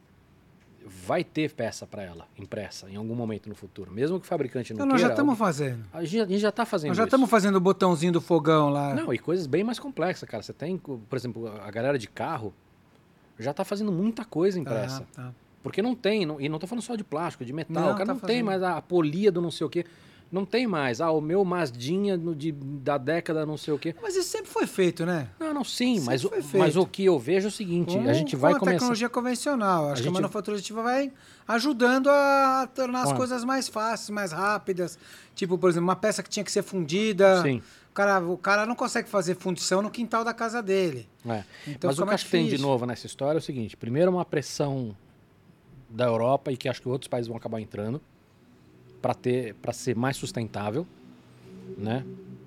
Vai ter peça para ela impressa em algum momento no futuro, mesmo que o fabricante não Então, nós queira. já estamos fazendo. A gente já está fazendo Nós já isso. estamos fazendo o botãozinho do fogão lá. Não, e coisas bem mais complexas, cara. Você tem, por exemplo, a galera de carro já está fazendo muita coisa impressa. Tá. Porque não tem, e não estou falando só de plástico, de metal. Não, O cara tá não tem fazendo. mais a polia do não sei o quê. Não tem mais. O meu Mazdinha da década não sei o quê. Mas isso sempre foi feito, né? Não, sim, Sempre mas, foi feito. mas o que eu vejo é o seguinte, a gente vai com a começar... tecnologia convencional. Acho que a gente- manufatura aditiva vai ajudando a tornar as Olha. coisas mais fáceis, mais rápidas. Tipo, por exemplo, uma peça que tinha que ser fundida. Sim. O cara não consegue fazer fundição no quintal da casa dele. É. Então Mas fica o que eu mais acho que tem de difícil. novo nessa história é o seguinte, primeiro uma pressão da Europa e que acho que outros países vão acabar entrando para ser mais sustentável, né?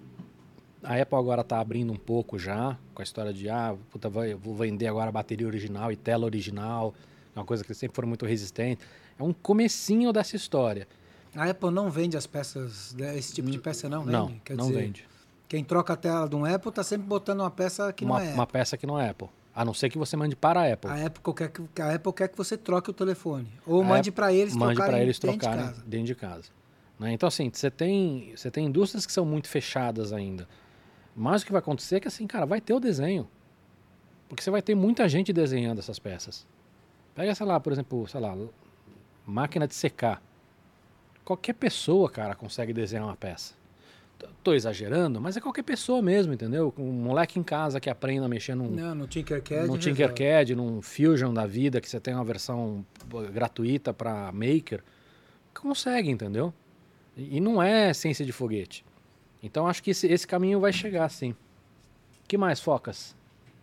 A Apple agora está abrindo um pouco já com a história de vou vender agora a bateria original e tela original, é uma coisa que sempre foram muito resistentes. É um comecinho dessa história. A Apple não vende as peças, esse tipo de peça não vende. Não, Quer não dizer, vende. quem troca a tela de um Apple está sempre botando uma peça que não é Uma Apple. peça que não é Apple. A não ser que você mande para a Apple. A Apple quer que você troque o telefone. Ou mande para eles Mande trocarem para eles dentro de trocarem casa. dentro de casa. Né? Então, assim, você tem indústrias que são muito fechadas ainda. Mas o que vai acontecer é que, assim, cara, vai ter o desenho. Porque você vai ter muita gente desenhando essas peças. Pega, sei lá, por exemplo, máquina de secar. Qualquer pessoa, cara, consegue desenhar uma peça. Tô exagerando, mas é qualquer pessoa mesmo, entendeu? Um moleque em casa que aprenda a mexer No Tinkercad. num Tinkercad, num Fusion da vida, que você tem uma versão gratuita para Maker, consegue, entendeu? E não é ciência de foguete. Então acho que esse caminho vai chegar, sim. Que mais, Focas?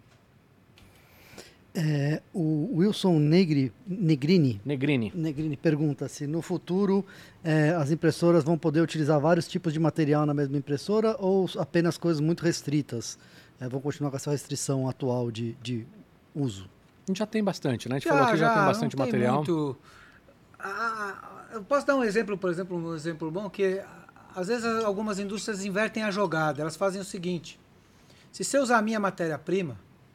O Wilson Negrini pergunta se no futuro as impressoras vão poder utilizar vários tipos de material na mesma impressora ou apenas coisas muito restritas. Vão continuar com essa restrição atual de uso. A gente já tem bastante, né? A gente falou que já tem bastante não tem material. muito. Eu posso dar um exemplo bom, que às vezes algumas indústrias invertem a jogada. Elas fazem o seguinte: se você usar a minha matéria-prima,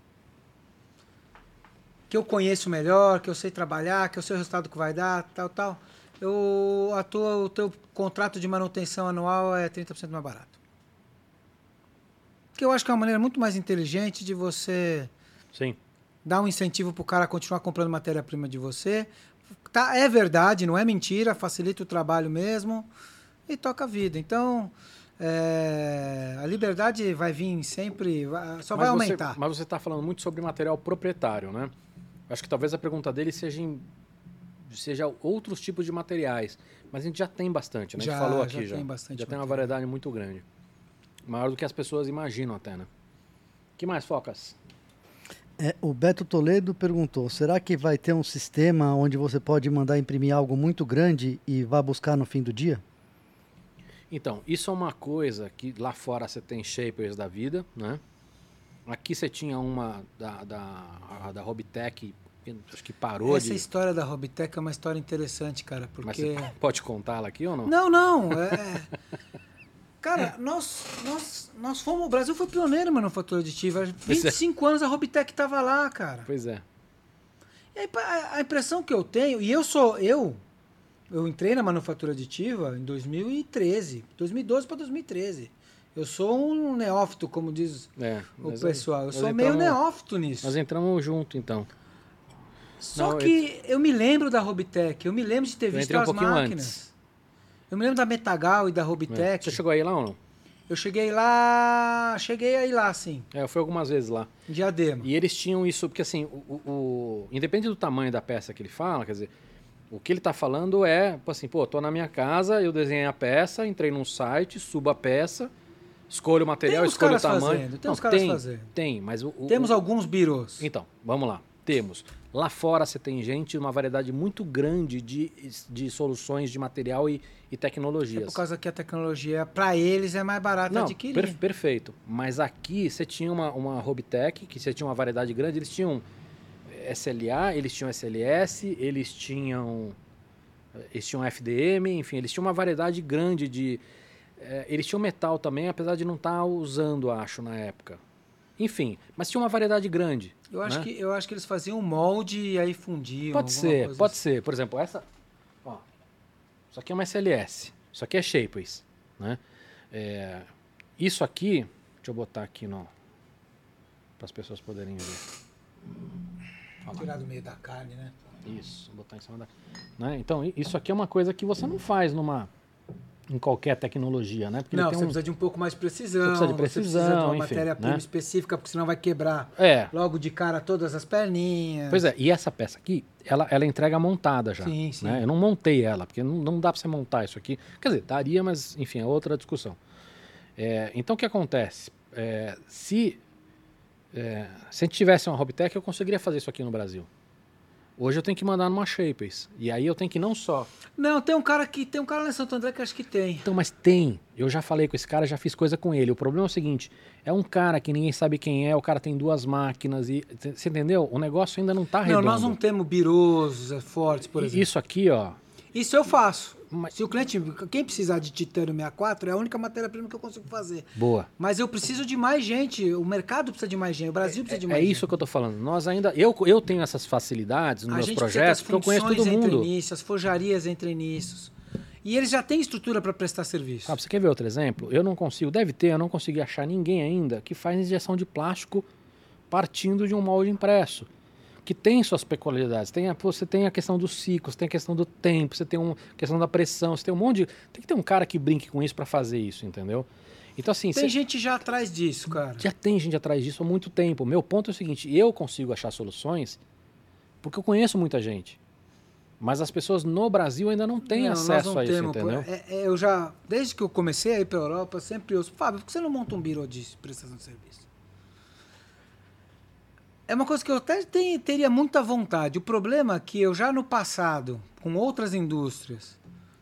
que eu conheço melhor, que eu sei trabalhar, que eu sei o resultado que vai dar, tal, o teu contrato de manutenção anual é 30% mais barato. Que eu acho que é uma maneira muito mais inteligente de você Sim. dar um incentivo para o cara continuar comprando matéria-prima de você. Tá, é verdade, não é mentira, facilita o trabalho mesmo e toca a vida. Então, a liberdade vai vir sempre, só vai aumentar. Mas você está falando muito sobre material proprietário, né? Acho que talvez a pergunta dele seja outros tipos de materiais. Mas a gente já tem bastante, né? A gente falou aqui já. Tem bastante já tem uma material. variedade muito grande. Maior do que as pessoas imaginam até, né? Que mais, Focas? O Beto Toledo perguntou, será que vai ter um sistema onde você pode mandar imprimir algo muito grande e vá buscar no fim do dia? Então, isso é uma coisa que lá fora você tem shapers da vida, né? Aqui você tinha uma da Robitech, que acho que parou Essa história da Robitech é uma história interessante, cara, porque... Mas você pode contá-la aqui ou não? Não. Cara, nós fomos... O Brasil foi pioneiro em manufatura aditiva. 25 anos a Robitech estava lá, cara. Pois é. E aí, a impressão que eu tenho, e eu entrei na manufatura aditiva em 2013, 2012 para 2013. Eu sou um neófito, como diz o pessoal. Eu sou meio neófito nisso. Nós entramos junto, então. Só que eu me lembro da Robitech, eu me lembro de ter visto as máquinas. Antes. Eu me lembro da Metagal e da Robitech. Você chegou aí lá ou não? Eu cheguei aí lá, sim. Eu fui algumas vezes lá. Em Diadema. E eles tinham isso, porque assim, independente do tamanho da peça que ele fala, quer dizer, o que ele está falando é, assim, pô, tô na minha casa, eu desenhei a peça, entrei num site, subo a peça, escolho o material, escolho o tamanho. Tem os caras fazendo. Tem, mas temos alguns birôs. Então, vamos lá. Temos. Lá fora você tem gente, uma variedade muito grande de soluções de material e tecnologias. É por causa que a tecnologia, para eles, é mais barata de adquirir. Perfeito. Mas aqui você tinha uma Robitech, que você tinha uma variedade grande, eles tinham SLA, eles tinham SLS, eles tinham FDM, enfim, eles tinham uma variedade grande de... eles tinham metal também, apesar de não estar usando, acho, na época. Enfim, mas tinha uma variedade grande. Eu acho que eles faziam um molde e aí fundiam. Pode ser. Por exemplo, essa... Ó, isso aqui é uma SLS. Isso aqui é Shapeways, né? Isso aqui... Deixa eu botar aqui para as pessoas poderem ver. Tirar do meio da carne, né? Isso, botar em cima da... Né? Então, isso aqui é uma coisa que você não faz em qualquer tecnologia, né? Porque você precisa de um pouco mais de precisão. Precisa de precisão, você precisa de uma enfim, matéria-prima né? específica, porque senão vai quebrar logo de cara todas as perninhas. Pois é, e essa peça aqui, ela entrega montada já. Sim, sim. Né? Eu não montei ela, porque não dá para você montar isso aqui. Quer dizer, daria, mas enfim, é outra discussão. Então, o que acontece? Se a gente tivesse uma Robitech, eu conseguiria fazer isso aqui no Brasil. Hoje eu tenho que mandar numa Shapeways. E aí eu tenho que não só... Não, tem um cara lá em Santo André que acho que tem. Então, mas tem. Eu já falei com esse cara, já fiz coisa com ele. O problema é o seguinte, é um cara que ninguém sabe quem é, o cara tem 2 máquinas e... Você entendeu? O negócio ainda não tá redondo. Não, nós não temos birôs fortes, por exemplo. Isso aqui, ó... Isso eu faço. Se o cliente, quem precisar de titânio 64, é a única matéria-prima que eu consigo fazer. Boa. Mas eu preciso de mais gente, o mercado precisa de mais gente, o Brasil precisa de mais gente. É isso que eu tô falando. Nós ainda... Eu tenho essas facilidades nos meus projetos, porque eu conheço todo mundo. As forjarias entrem nisso. E eles já têm estrutura para prestar serviço. Você quer ver outro exemplo? Eu não consegui achar ninguém ainda que faz injeção de plástico partindo de um molde impresso. Que tem suas peculiaridades. Você tem a questão dos ciclos, tem a questão do tempo, você tem a questão da pressão, você tem um monte de... Tem que ter um cara que brinque com isso para fazer isso, entendeu? Então, assim... Tem gente já atrás disso, cara. Já tem gente atrás disso há muito tempo. Meu ponto é o seguinte, eu consigo achar soluções porque eu conheço muita gente. Mas as pessoas no Brasil ainda não têm acesso a isso, entendeu? Eu já... Desde que eu comecei a ir para a Europa, eu sempre ouço, Fábio, por que você não monta um birô de prestação de serviço? É uma coisa que eu até teria muita vontade. O problema é que eu já no passado, com outras indústrias,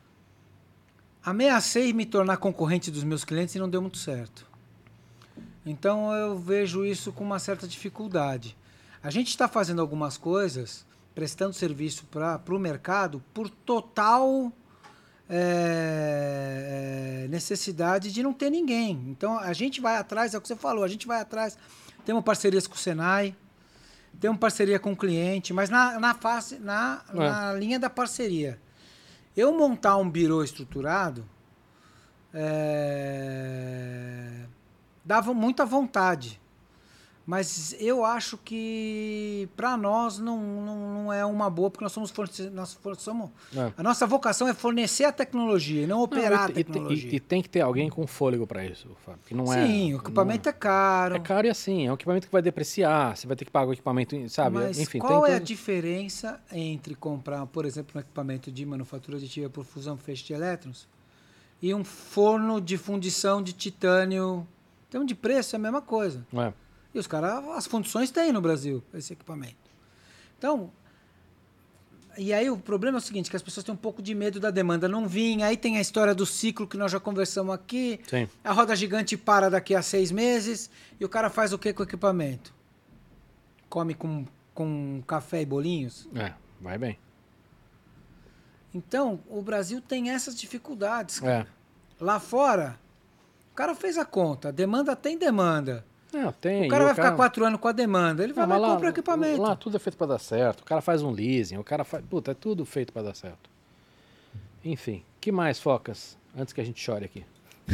ameacei me tornar concorrente dos meus clientes e não deu muito certo. Então eu vejo isso com uma certa dificuldade. A gente está fazendo algumas coisas, prestando serviço para o mercado, por total necessidade de não ter ninguém. Então a gente vai atrás, é o que você falou, a gente vai atrás. Temos parcerias com o Senai, temos parceria com o cliente, mas na linha da parceria. Eu montar um birô estruturado dava muita vontade. Mas eu acho que para nós não é uma boa, porque nós somos a nossa vocação é fornecer a tecnologia e não operar a tecnologia. E tem que ter alguém com fôlego para isso, Fábio. Que não Sim, o equipamento é caro. É caro e assim, é um equipamento que vai depreciar, você vai ter que pagar o equipamento, sabe? Mas enfim, qual é a diferença entre comprar, por exemplo, um equipamento de manufatura aditiva por fusão feixe de elétrons e um forno de fundição de titânio? Em termos de preço, é a mesma coisa. E os caras, as fundições têm no Brasil, esse equipamento. Então, e aí o problema é o seguinte, que as pessoas têm um pouco de medo da demanda não vir, aí tem a história do ciclo que nós já conversamos aqui, Sim. A roda gigante para daqui a 6 meses, e o cara faz o que com o equipamento? Come com café e bolinhos? Vai bem. Então, o Brasil tem essas dificuldades, cara. Lá fora, o cara fez a conta, demanda tem demanda. Não, tem. O cara vai ficar 4 anos com a demanda, ele vai lá e compra o equipamento. Lá tudo é feito para dar certo. O cara faz um leasing, o cara faz... Puta, é tudo feito para dar certo. Enfim, que mais, Focas? Antes que a gente chore aqui.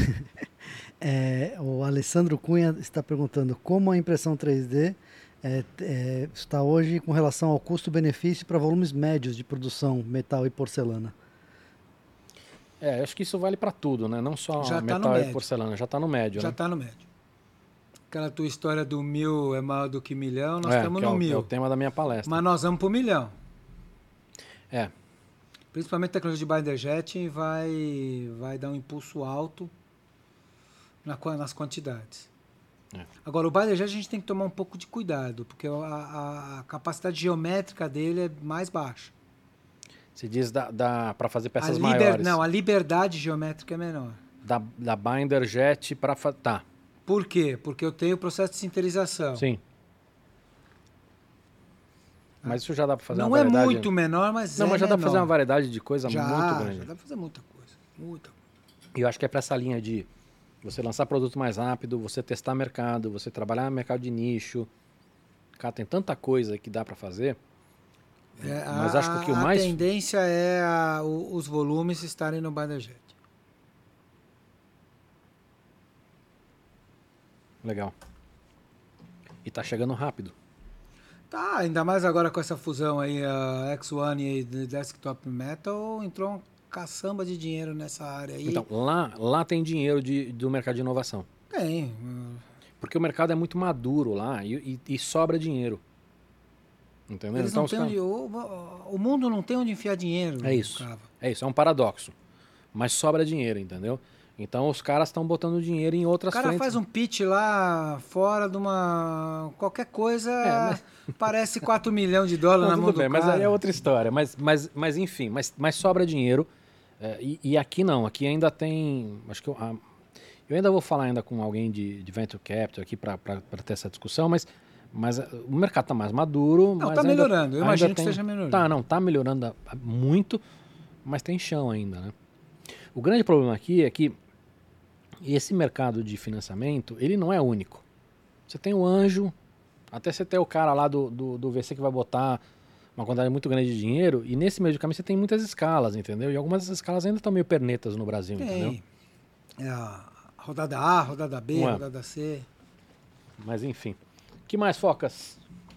O Alessandro Cunha está perguntando como a impressão 3D está hoje com relação ao custo-benefício para volumes médios de produção metal e porcelana. Acho que isso vale para tudo, né? Não só Já metal tá e porcelana, já está no médio, já né? está no médio. Aquela tua história do 1.000 é maior do que 1.000.000, nós estamos no 1.000. É o tema da minha palestra. Mas nós vamos para o 1.000.000. Principalmente a tecnologia de binder jet vai dar um impulso alto nas quantidades. Agora, o binder jet a gente tem que tomar um pouco de cuidado, porque a capacidade geométrica dele é mais baixa. Você diz para fazer peças maiores. Não, a liberdade geométrica é menor. Da binder jet para... Tá. Por quê? Porque eu tenho o processo de sinterização. Sim. Mas isso já dá para fazer não uma variedade... Não é muito menor, mas Não, mas já dá para fazer uma variedade de coisa muito grande. Já dá para fazer muita coisa. Muita coisa. E eu acho que é para essa linha de você lançar produto mais rápido, você testar mercado, você trabalhar no mercado de nicho. Cara, tem tanta coisa que dá para fazer. Mas acho que o que mais... A tendência é os volumes estarem no binder jet. Legal. E tá chegando rápido. Tá, ainda mais agora com essa fusão aí, a X1 e Desktop Metal, entrou uma caçamba de dinheiro nessa área aí. Então, lá tem dinheiro do mercado de inovação. Tem. Porque o mercado é muito maduro lá e sobra dinheiro. Entendeu? Eles então, não têm o mundo não tem onde enfiar dinheiro. É isso. É um paradoxo. Mas sobra dinheiro, entendeu? Então os caras estão botando dinheiro em outras frentes. O cara faz um pitch lá fora de uma... qualquer coisa, parece 4 milhões de dólares na mão do cara. Mas aí é outra história. Mas enfim, mas sobra dinheiro. E aqui não, aqui ainda tem... Acho que eu ainda vou falar ainda com alguém de Venture Capital aqui para ter essa discussão, mas o mercado está mais maduro. Não, está melhorando. Eu imagino que esteja melhorando. Está melhorando muito, mas tem chão ainda, né? O grande problema aqui é que esse mercado de financiamento, ele não é único. Você tem o anjo, até você ter o cara lá do VC que vai botar uma quantidade muito grande de dinheiro, e nesse meio de caminho você tem muitas escalas, entendeu? E algumas dessas escalas ainda estão meio pernetas no Brasil, entendeu? A rodada A, rodada B, rodada C. Mas enfim. Que mais, Focas?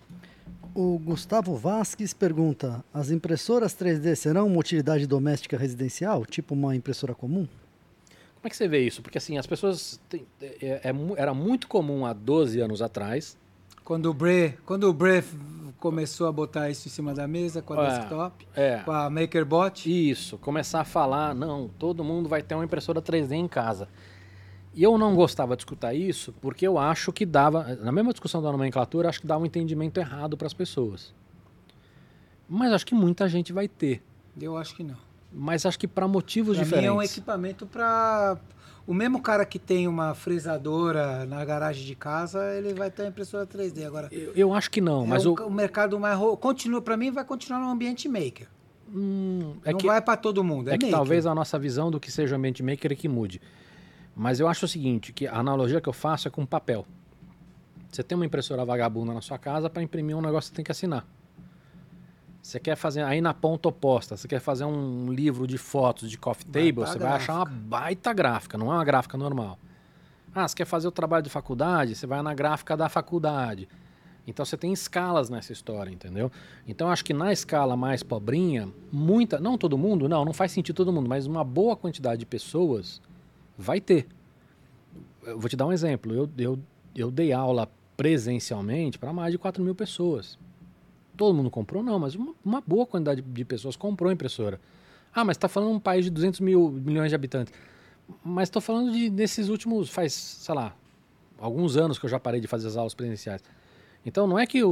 O Gustavo Vasques pergunta, as impressoras 3D serão uma utilidade doméstica residencial, tipo uma impressora comum? Como é que você vê isso? Porque assim, as pessoas... era muito comum há 12 anos atrás. Quando o Bre começou a botar isso em cima da mesa com a desktop, com a MakerBot. Isso, começar a falar, não, todo mundo vai ter uma impressora 3D em casa. E eu não gostava de escutar isso porque eu acho que dava... Na mesma discussão da nomenclatura, acho que dava um entendimento errado para as pessoas. Mas acho que muita gente vai ter. Eu acho que não. Mas acho que para motivos diferentes. Mim é um equipamento para... O mesmo cara que tem uma fresadora na garagem de casa, ele vai ter uma impressora 3D. Agora, eu acho que não, mas o mercado mais... Continua, para mim, vai continuar no ambiente maker. Não vai para todo mundo, é que maker. Talvez a nossa visão do que seja o ambiente maker é que mude. Mas eu acho o seguinte, que a analogia que eu faço é com papel. Você tem uma impressora vagabunda na sua casa, para imprimir um negócio você tem que assinar. Você quer fazer, aí na ponta oposta, você quer fazer um livro de fotos de coffee table, você vai achar uma baita gráfica, não é uma gráfica normal. Você quer fazer o trabalho de faculdade, você vai na gráfica da faculdade. Então você tem escalas nessa história, entendeu? Então eu acho que na escala mais pobrinha, não todo mundo, não faz sentido todo mundo, mas uma boa quantidade de pessoas vai ter. Eu vou te dar um exemplo, eu dei aula presencialmente para mais de 4 mil pessoas. Todo mundo comprou? Não, mas uma boa quantidade de pessoas comprou impressora. Mas está falando de um país de 200 milhões de habitantes. Mas estou falando desses últimos, sei lá, alguns anos que eu já parei de fazer as aulas presenciais. Então não é que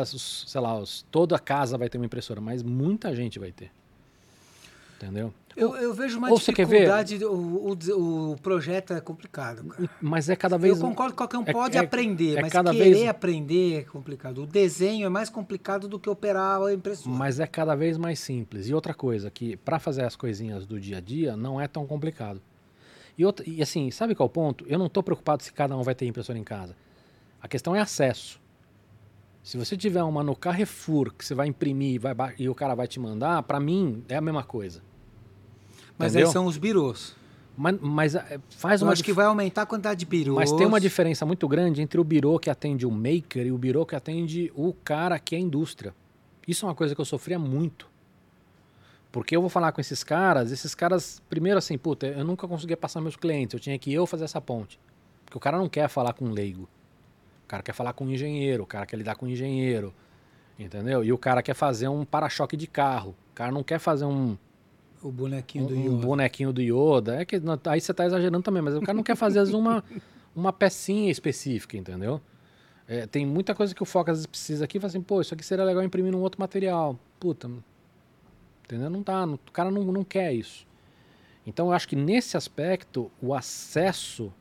toda casa vai ter uma impressora, mas muita gente vai ter. Entendeu? Eu vejo uma dificuldade, o projeto é complicado, cara. Mas é cada vez... Eu concordo que qualquer um pode aprender, mas querer aprender é complicado. O desenho é mais complicado do que operar a impressora. Mas é cada vez mais simples. E outra coisa, que para fazer as coisinhas do dia a dia não é tão complicado. E assim, sabe qual é o ponto? Eu não estou preocupado se cada um vai ter impressora em casa. A questão é acesso. Se você tiver uma no Carrefour que você vai imprimir e o cara vai te mandar, para mim é a mesma coisa. Mas Entendeu? aí são os birôs. Mas faz Eu uma acho que vai aumentar a quantidade de birôs. Mas tem uma diferença muito grande entre o birô que atende o maker e o birô que atende o cara que é indústria. Isso é uma coisa que eu sofria muito. Porque eu vou falar com esses caras, primeiro assim, puta, eu nunca conseguia passar meus clientes, eu tinha que fazer essa ponte. Porque o cara não quer falar com um leigo. O cara quer falar com um engenheiro, o cara quer lidar com um engenheiro, entendeu? E o cara quer fazer um para-choque de carro. O cara não quer fazer O bonequinho do Yoda. bonequinho do Yoda. É que, aí você tá exagerando também, mas o cara não quer fazer, às vezes, uma pecinha específica, entendeu? Tem muita coisa que o Foca às vezes precisa aqui e fala assim, pô, isso aqui seria legal imprimir num outro material. Puta, entendeu? Não tá, o cara não quer isso. Então eu acho que nesse aspecto o acesso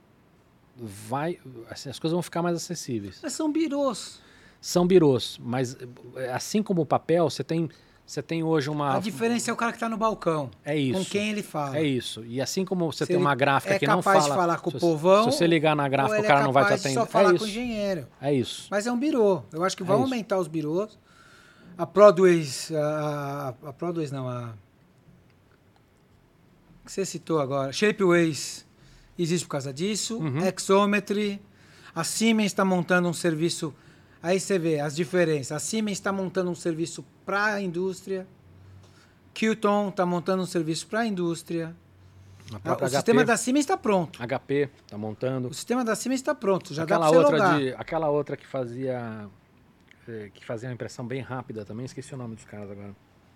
as coisas vão ficar mais acessíveis. Mas são birôs. São birôs, mas assim como o papel, você tem hoje uma... A diferença é o cara que está no balcão. É isso. Com quem ele fala. É isso. E assim como você Se tem uma gráfica que não fala... É capaz de falar com o povão... Se você ligar na gráfica, ou o cara não vai te ele é capaz de atender. só falar É com o isso. engenheiro. É isso. Mas é um birô. Eu acho que vai isso. aumentar os birôs. A Prodways... A Prodways não, a... que você citou agora. Shapeways existe por causa disso. Exometry. A Siemens está montando um serviço... Aí você vê as diferenças. A Siemens está montando um serviço para a indústria. Qton está montando um serviço para a indústria. O sistema da Siemens está pronto. HP está montando. O sistema da Siemens está pronto. Já aquela dá para você outra logar. Aquela outra que fazia uma impressão bem rápida também. Esqueci o nome dos caras agora.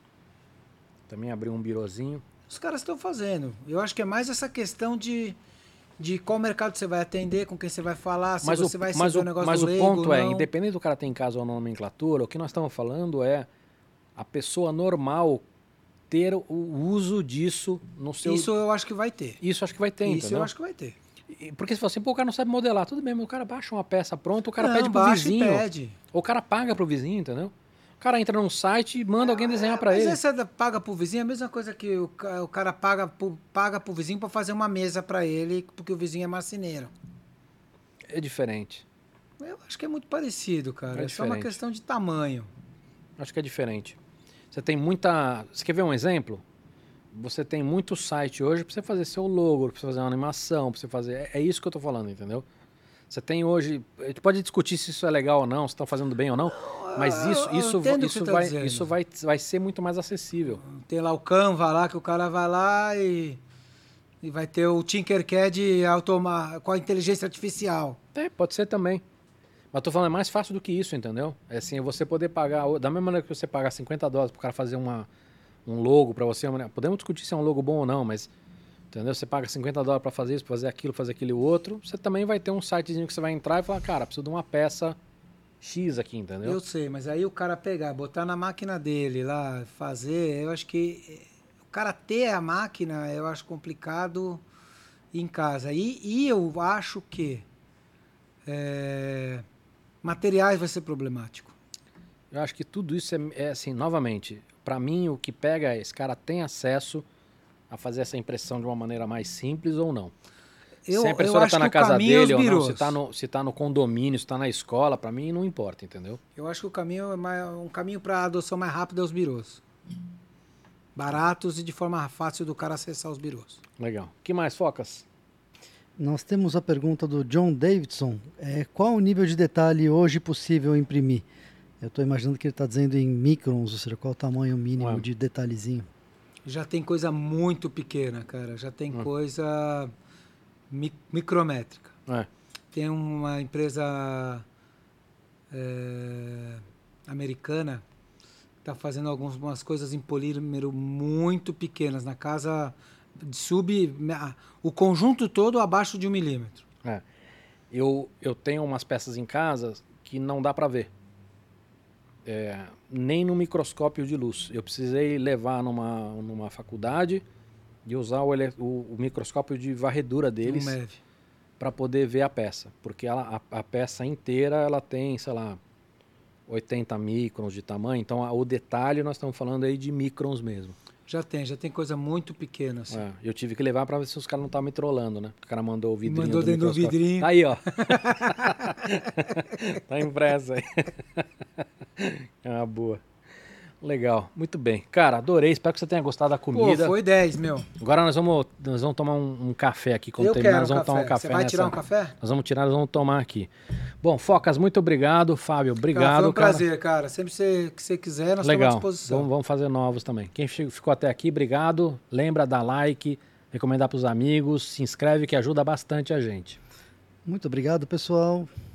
Também abriu um birozinho. Os caras estão fazendo. Eu acho que é mais essa questão de qual mercado você vai atender, com quem você vai falar, se você vai seguir o negócio do leigo. Mas o ponto é, independente do cara ter em casa ou não nomenclatura, o que nós estamos falando é a pessoa normal ter o uso disso no seu... Isso eu acho que vai ter. Isso acho que vai ter, Isso entendeu? eu acho que vai ter. Porque se você assim, pô, o cara não sabe modelar, tudo bem, mas o cara baixa uma peça pronta, o cara Não, pede pro baixa vizinho. e pede. Ou o cara paga pro vizinho, entendeu? O cara entra num site e manda alguém desenhar pra ele. Mas essa paga pro vizinho é a mesma coisa que o cara paga pro vizinho para fazer uma mesa para ele, porque o vizinho é marceneiro. É diferente. Eu acho que é muito parecido, cara. É só uma questão de tamanho. Acho que é diferente. Você tem muita... Você quer ver um exemplo? Você tem muito site hoje para você fazer seu logo, para você fazer uma animação, para você fazer... É isso que eu tô falando, entendeu? Você tem hoje... A gente pode discutir se isso é legal ou não, se estão fazendo bem ou não, mas isso vai ser muito mais acessível. Tem lá o Canva lá, que o cara vai lá e vai ter o Tinkercad com a inteligência artificial. Pode ser também. Mas tô falando, é mais fácil do que isso, entendeu? É assim, você poder pagar... Da mesma maneira que você pagar $50 pro cara fazer um logo para você... Podemos discutir se é um logo bom ou não, mas... Entendeu? Você paga $50 para fazer isso, para fazer aquilo e outro. Você também vai ter um sitezinho que você vai entrar e falar, cara, preciso de uma peça X aqui, entendeu? Eu sei, mas aí o cara pegar, botar na máquina dele lá, fazer... Eu acho que o cara ter a máquina, eu acho complicado em casa. E eu acho que... materiais vai ser problemático. Eu acho que tudo isso é assim, novamente, para mim o que pega é esse cara tem acesso a fazer essa impressão de uma maneira mais simples ou não. Se a impressora está na casa dele ou não, se está no condomínio, se está na escola, para mim não importa, entendeu? Eu acho que o caminho é um caminho para a adoção mais rápida é os birôs. Baratos e de forma fácil do cara acessar os birôs. Legal. O que mais, Focas? Nós temos a pergunta do John Davidson. Qual o nível de detalhe hoje possível imprimir? Eu estou imaginando que ele está dizendo em microns, ou seja, qual o tamanho mínimo de detalhezinho. Já tem coisa muito pequena, cara. Já tem coisa micrométrica. Tem uma empresa americana que está fazendo algumas coisas em polímero muito pequenas. Na casa o conjunto todo abaixo de 1 milímetro. Eu tenho umas peças em casa que não dá para ver. Nem no microscópio de luz. Eu precisei levar numa faculdade e usar o microscópio de varredura deles para poder ver a peça. Porque a peça inteira ela tem, sei lá, 80 microns de tamanho. Então o detalhe nós estamos falando aí de microns mesmo. Já tem coisa muito pequena, assim. Eu tive que levar para ver se os caras não estavam me trollando, né? O cara mandou o vidrinho. Mandou dentro do vidrinho. Tá aí, ó. Tá impresso aí. É uma boa. Legal, muito bem. Cara, adorei. Espero que você tenha gostado da comida. Pô, foi 10, meu. Agora nós vamos tomar um café aqui. Quando terminar, nós vamos tomar um café. Você vai tirar um café? Nós vamos tirar, nós vamos tomar aqui. Bom, Focas, muito obrigado. Fábio, obrigado. Cara, foi um prazer, cara. Sempre que você quiser, nós estamos à disposição. Vamos fazer novos também. Quem ficou até aqui, obrigado. Lembra, dá like, recomendar para os amigos, se inscreve que ajuda bastante a gente. Muito obrigado, pessoal.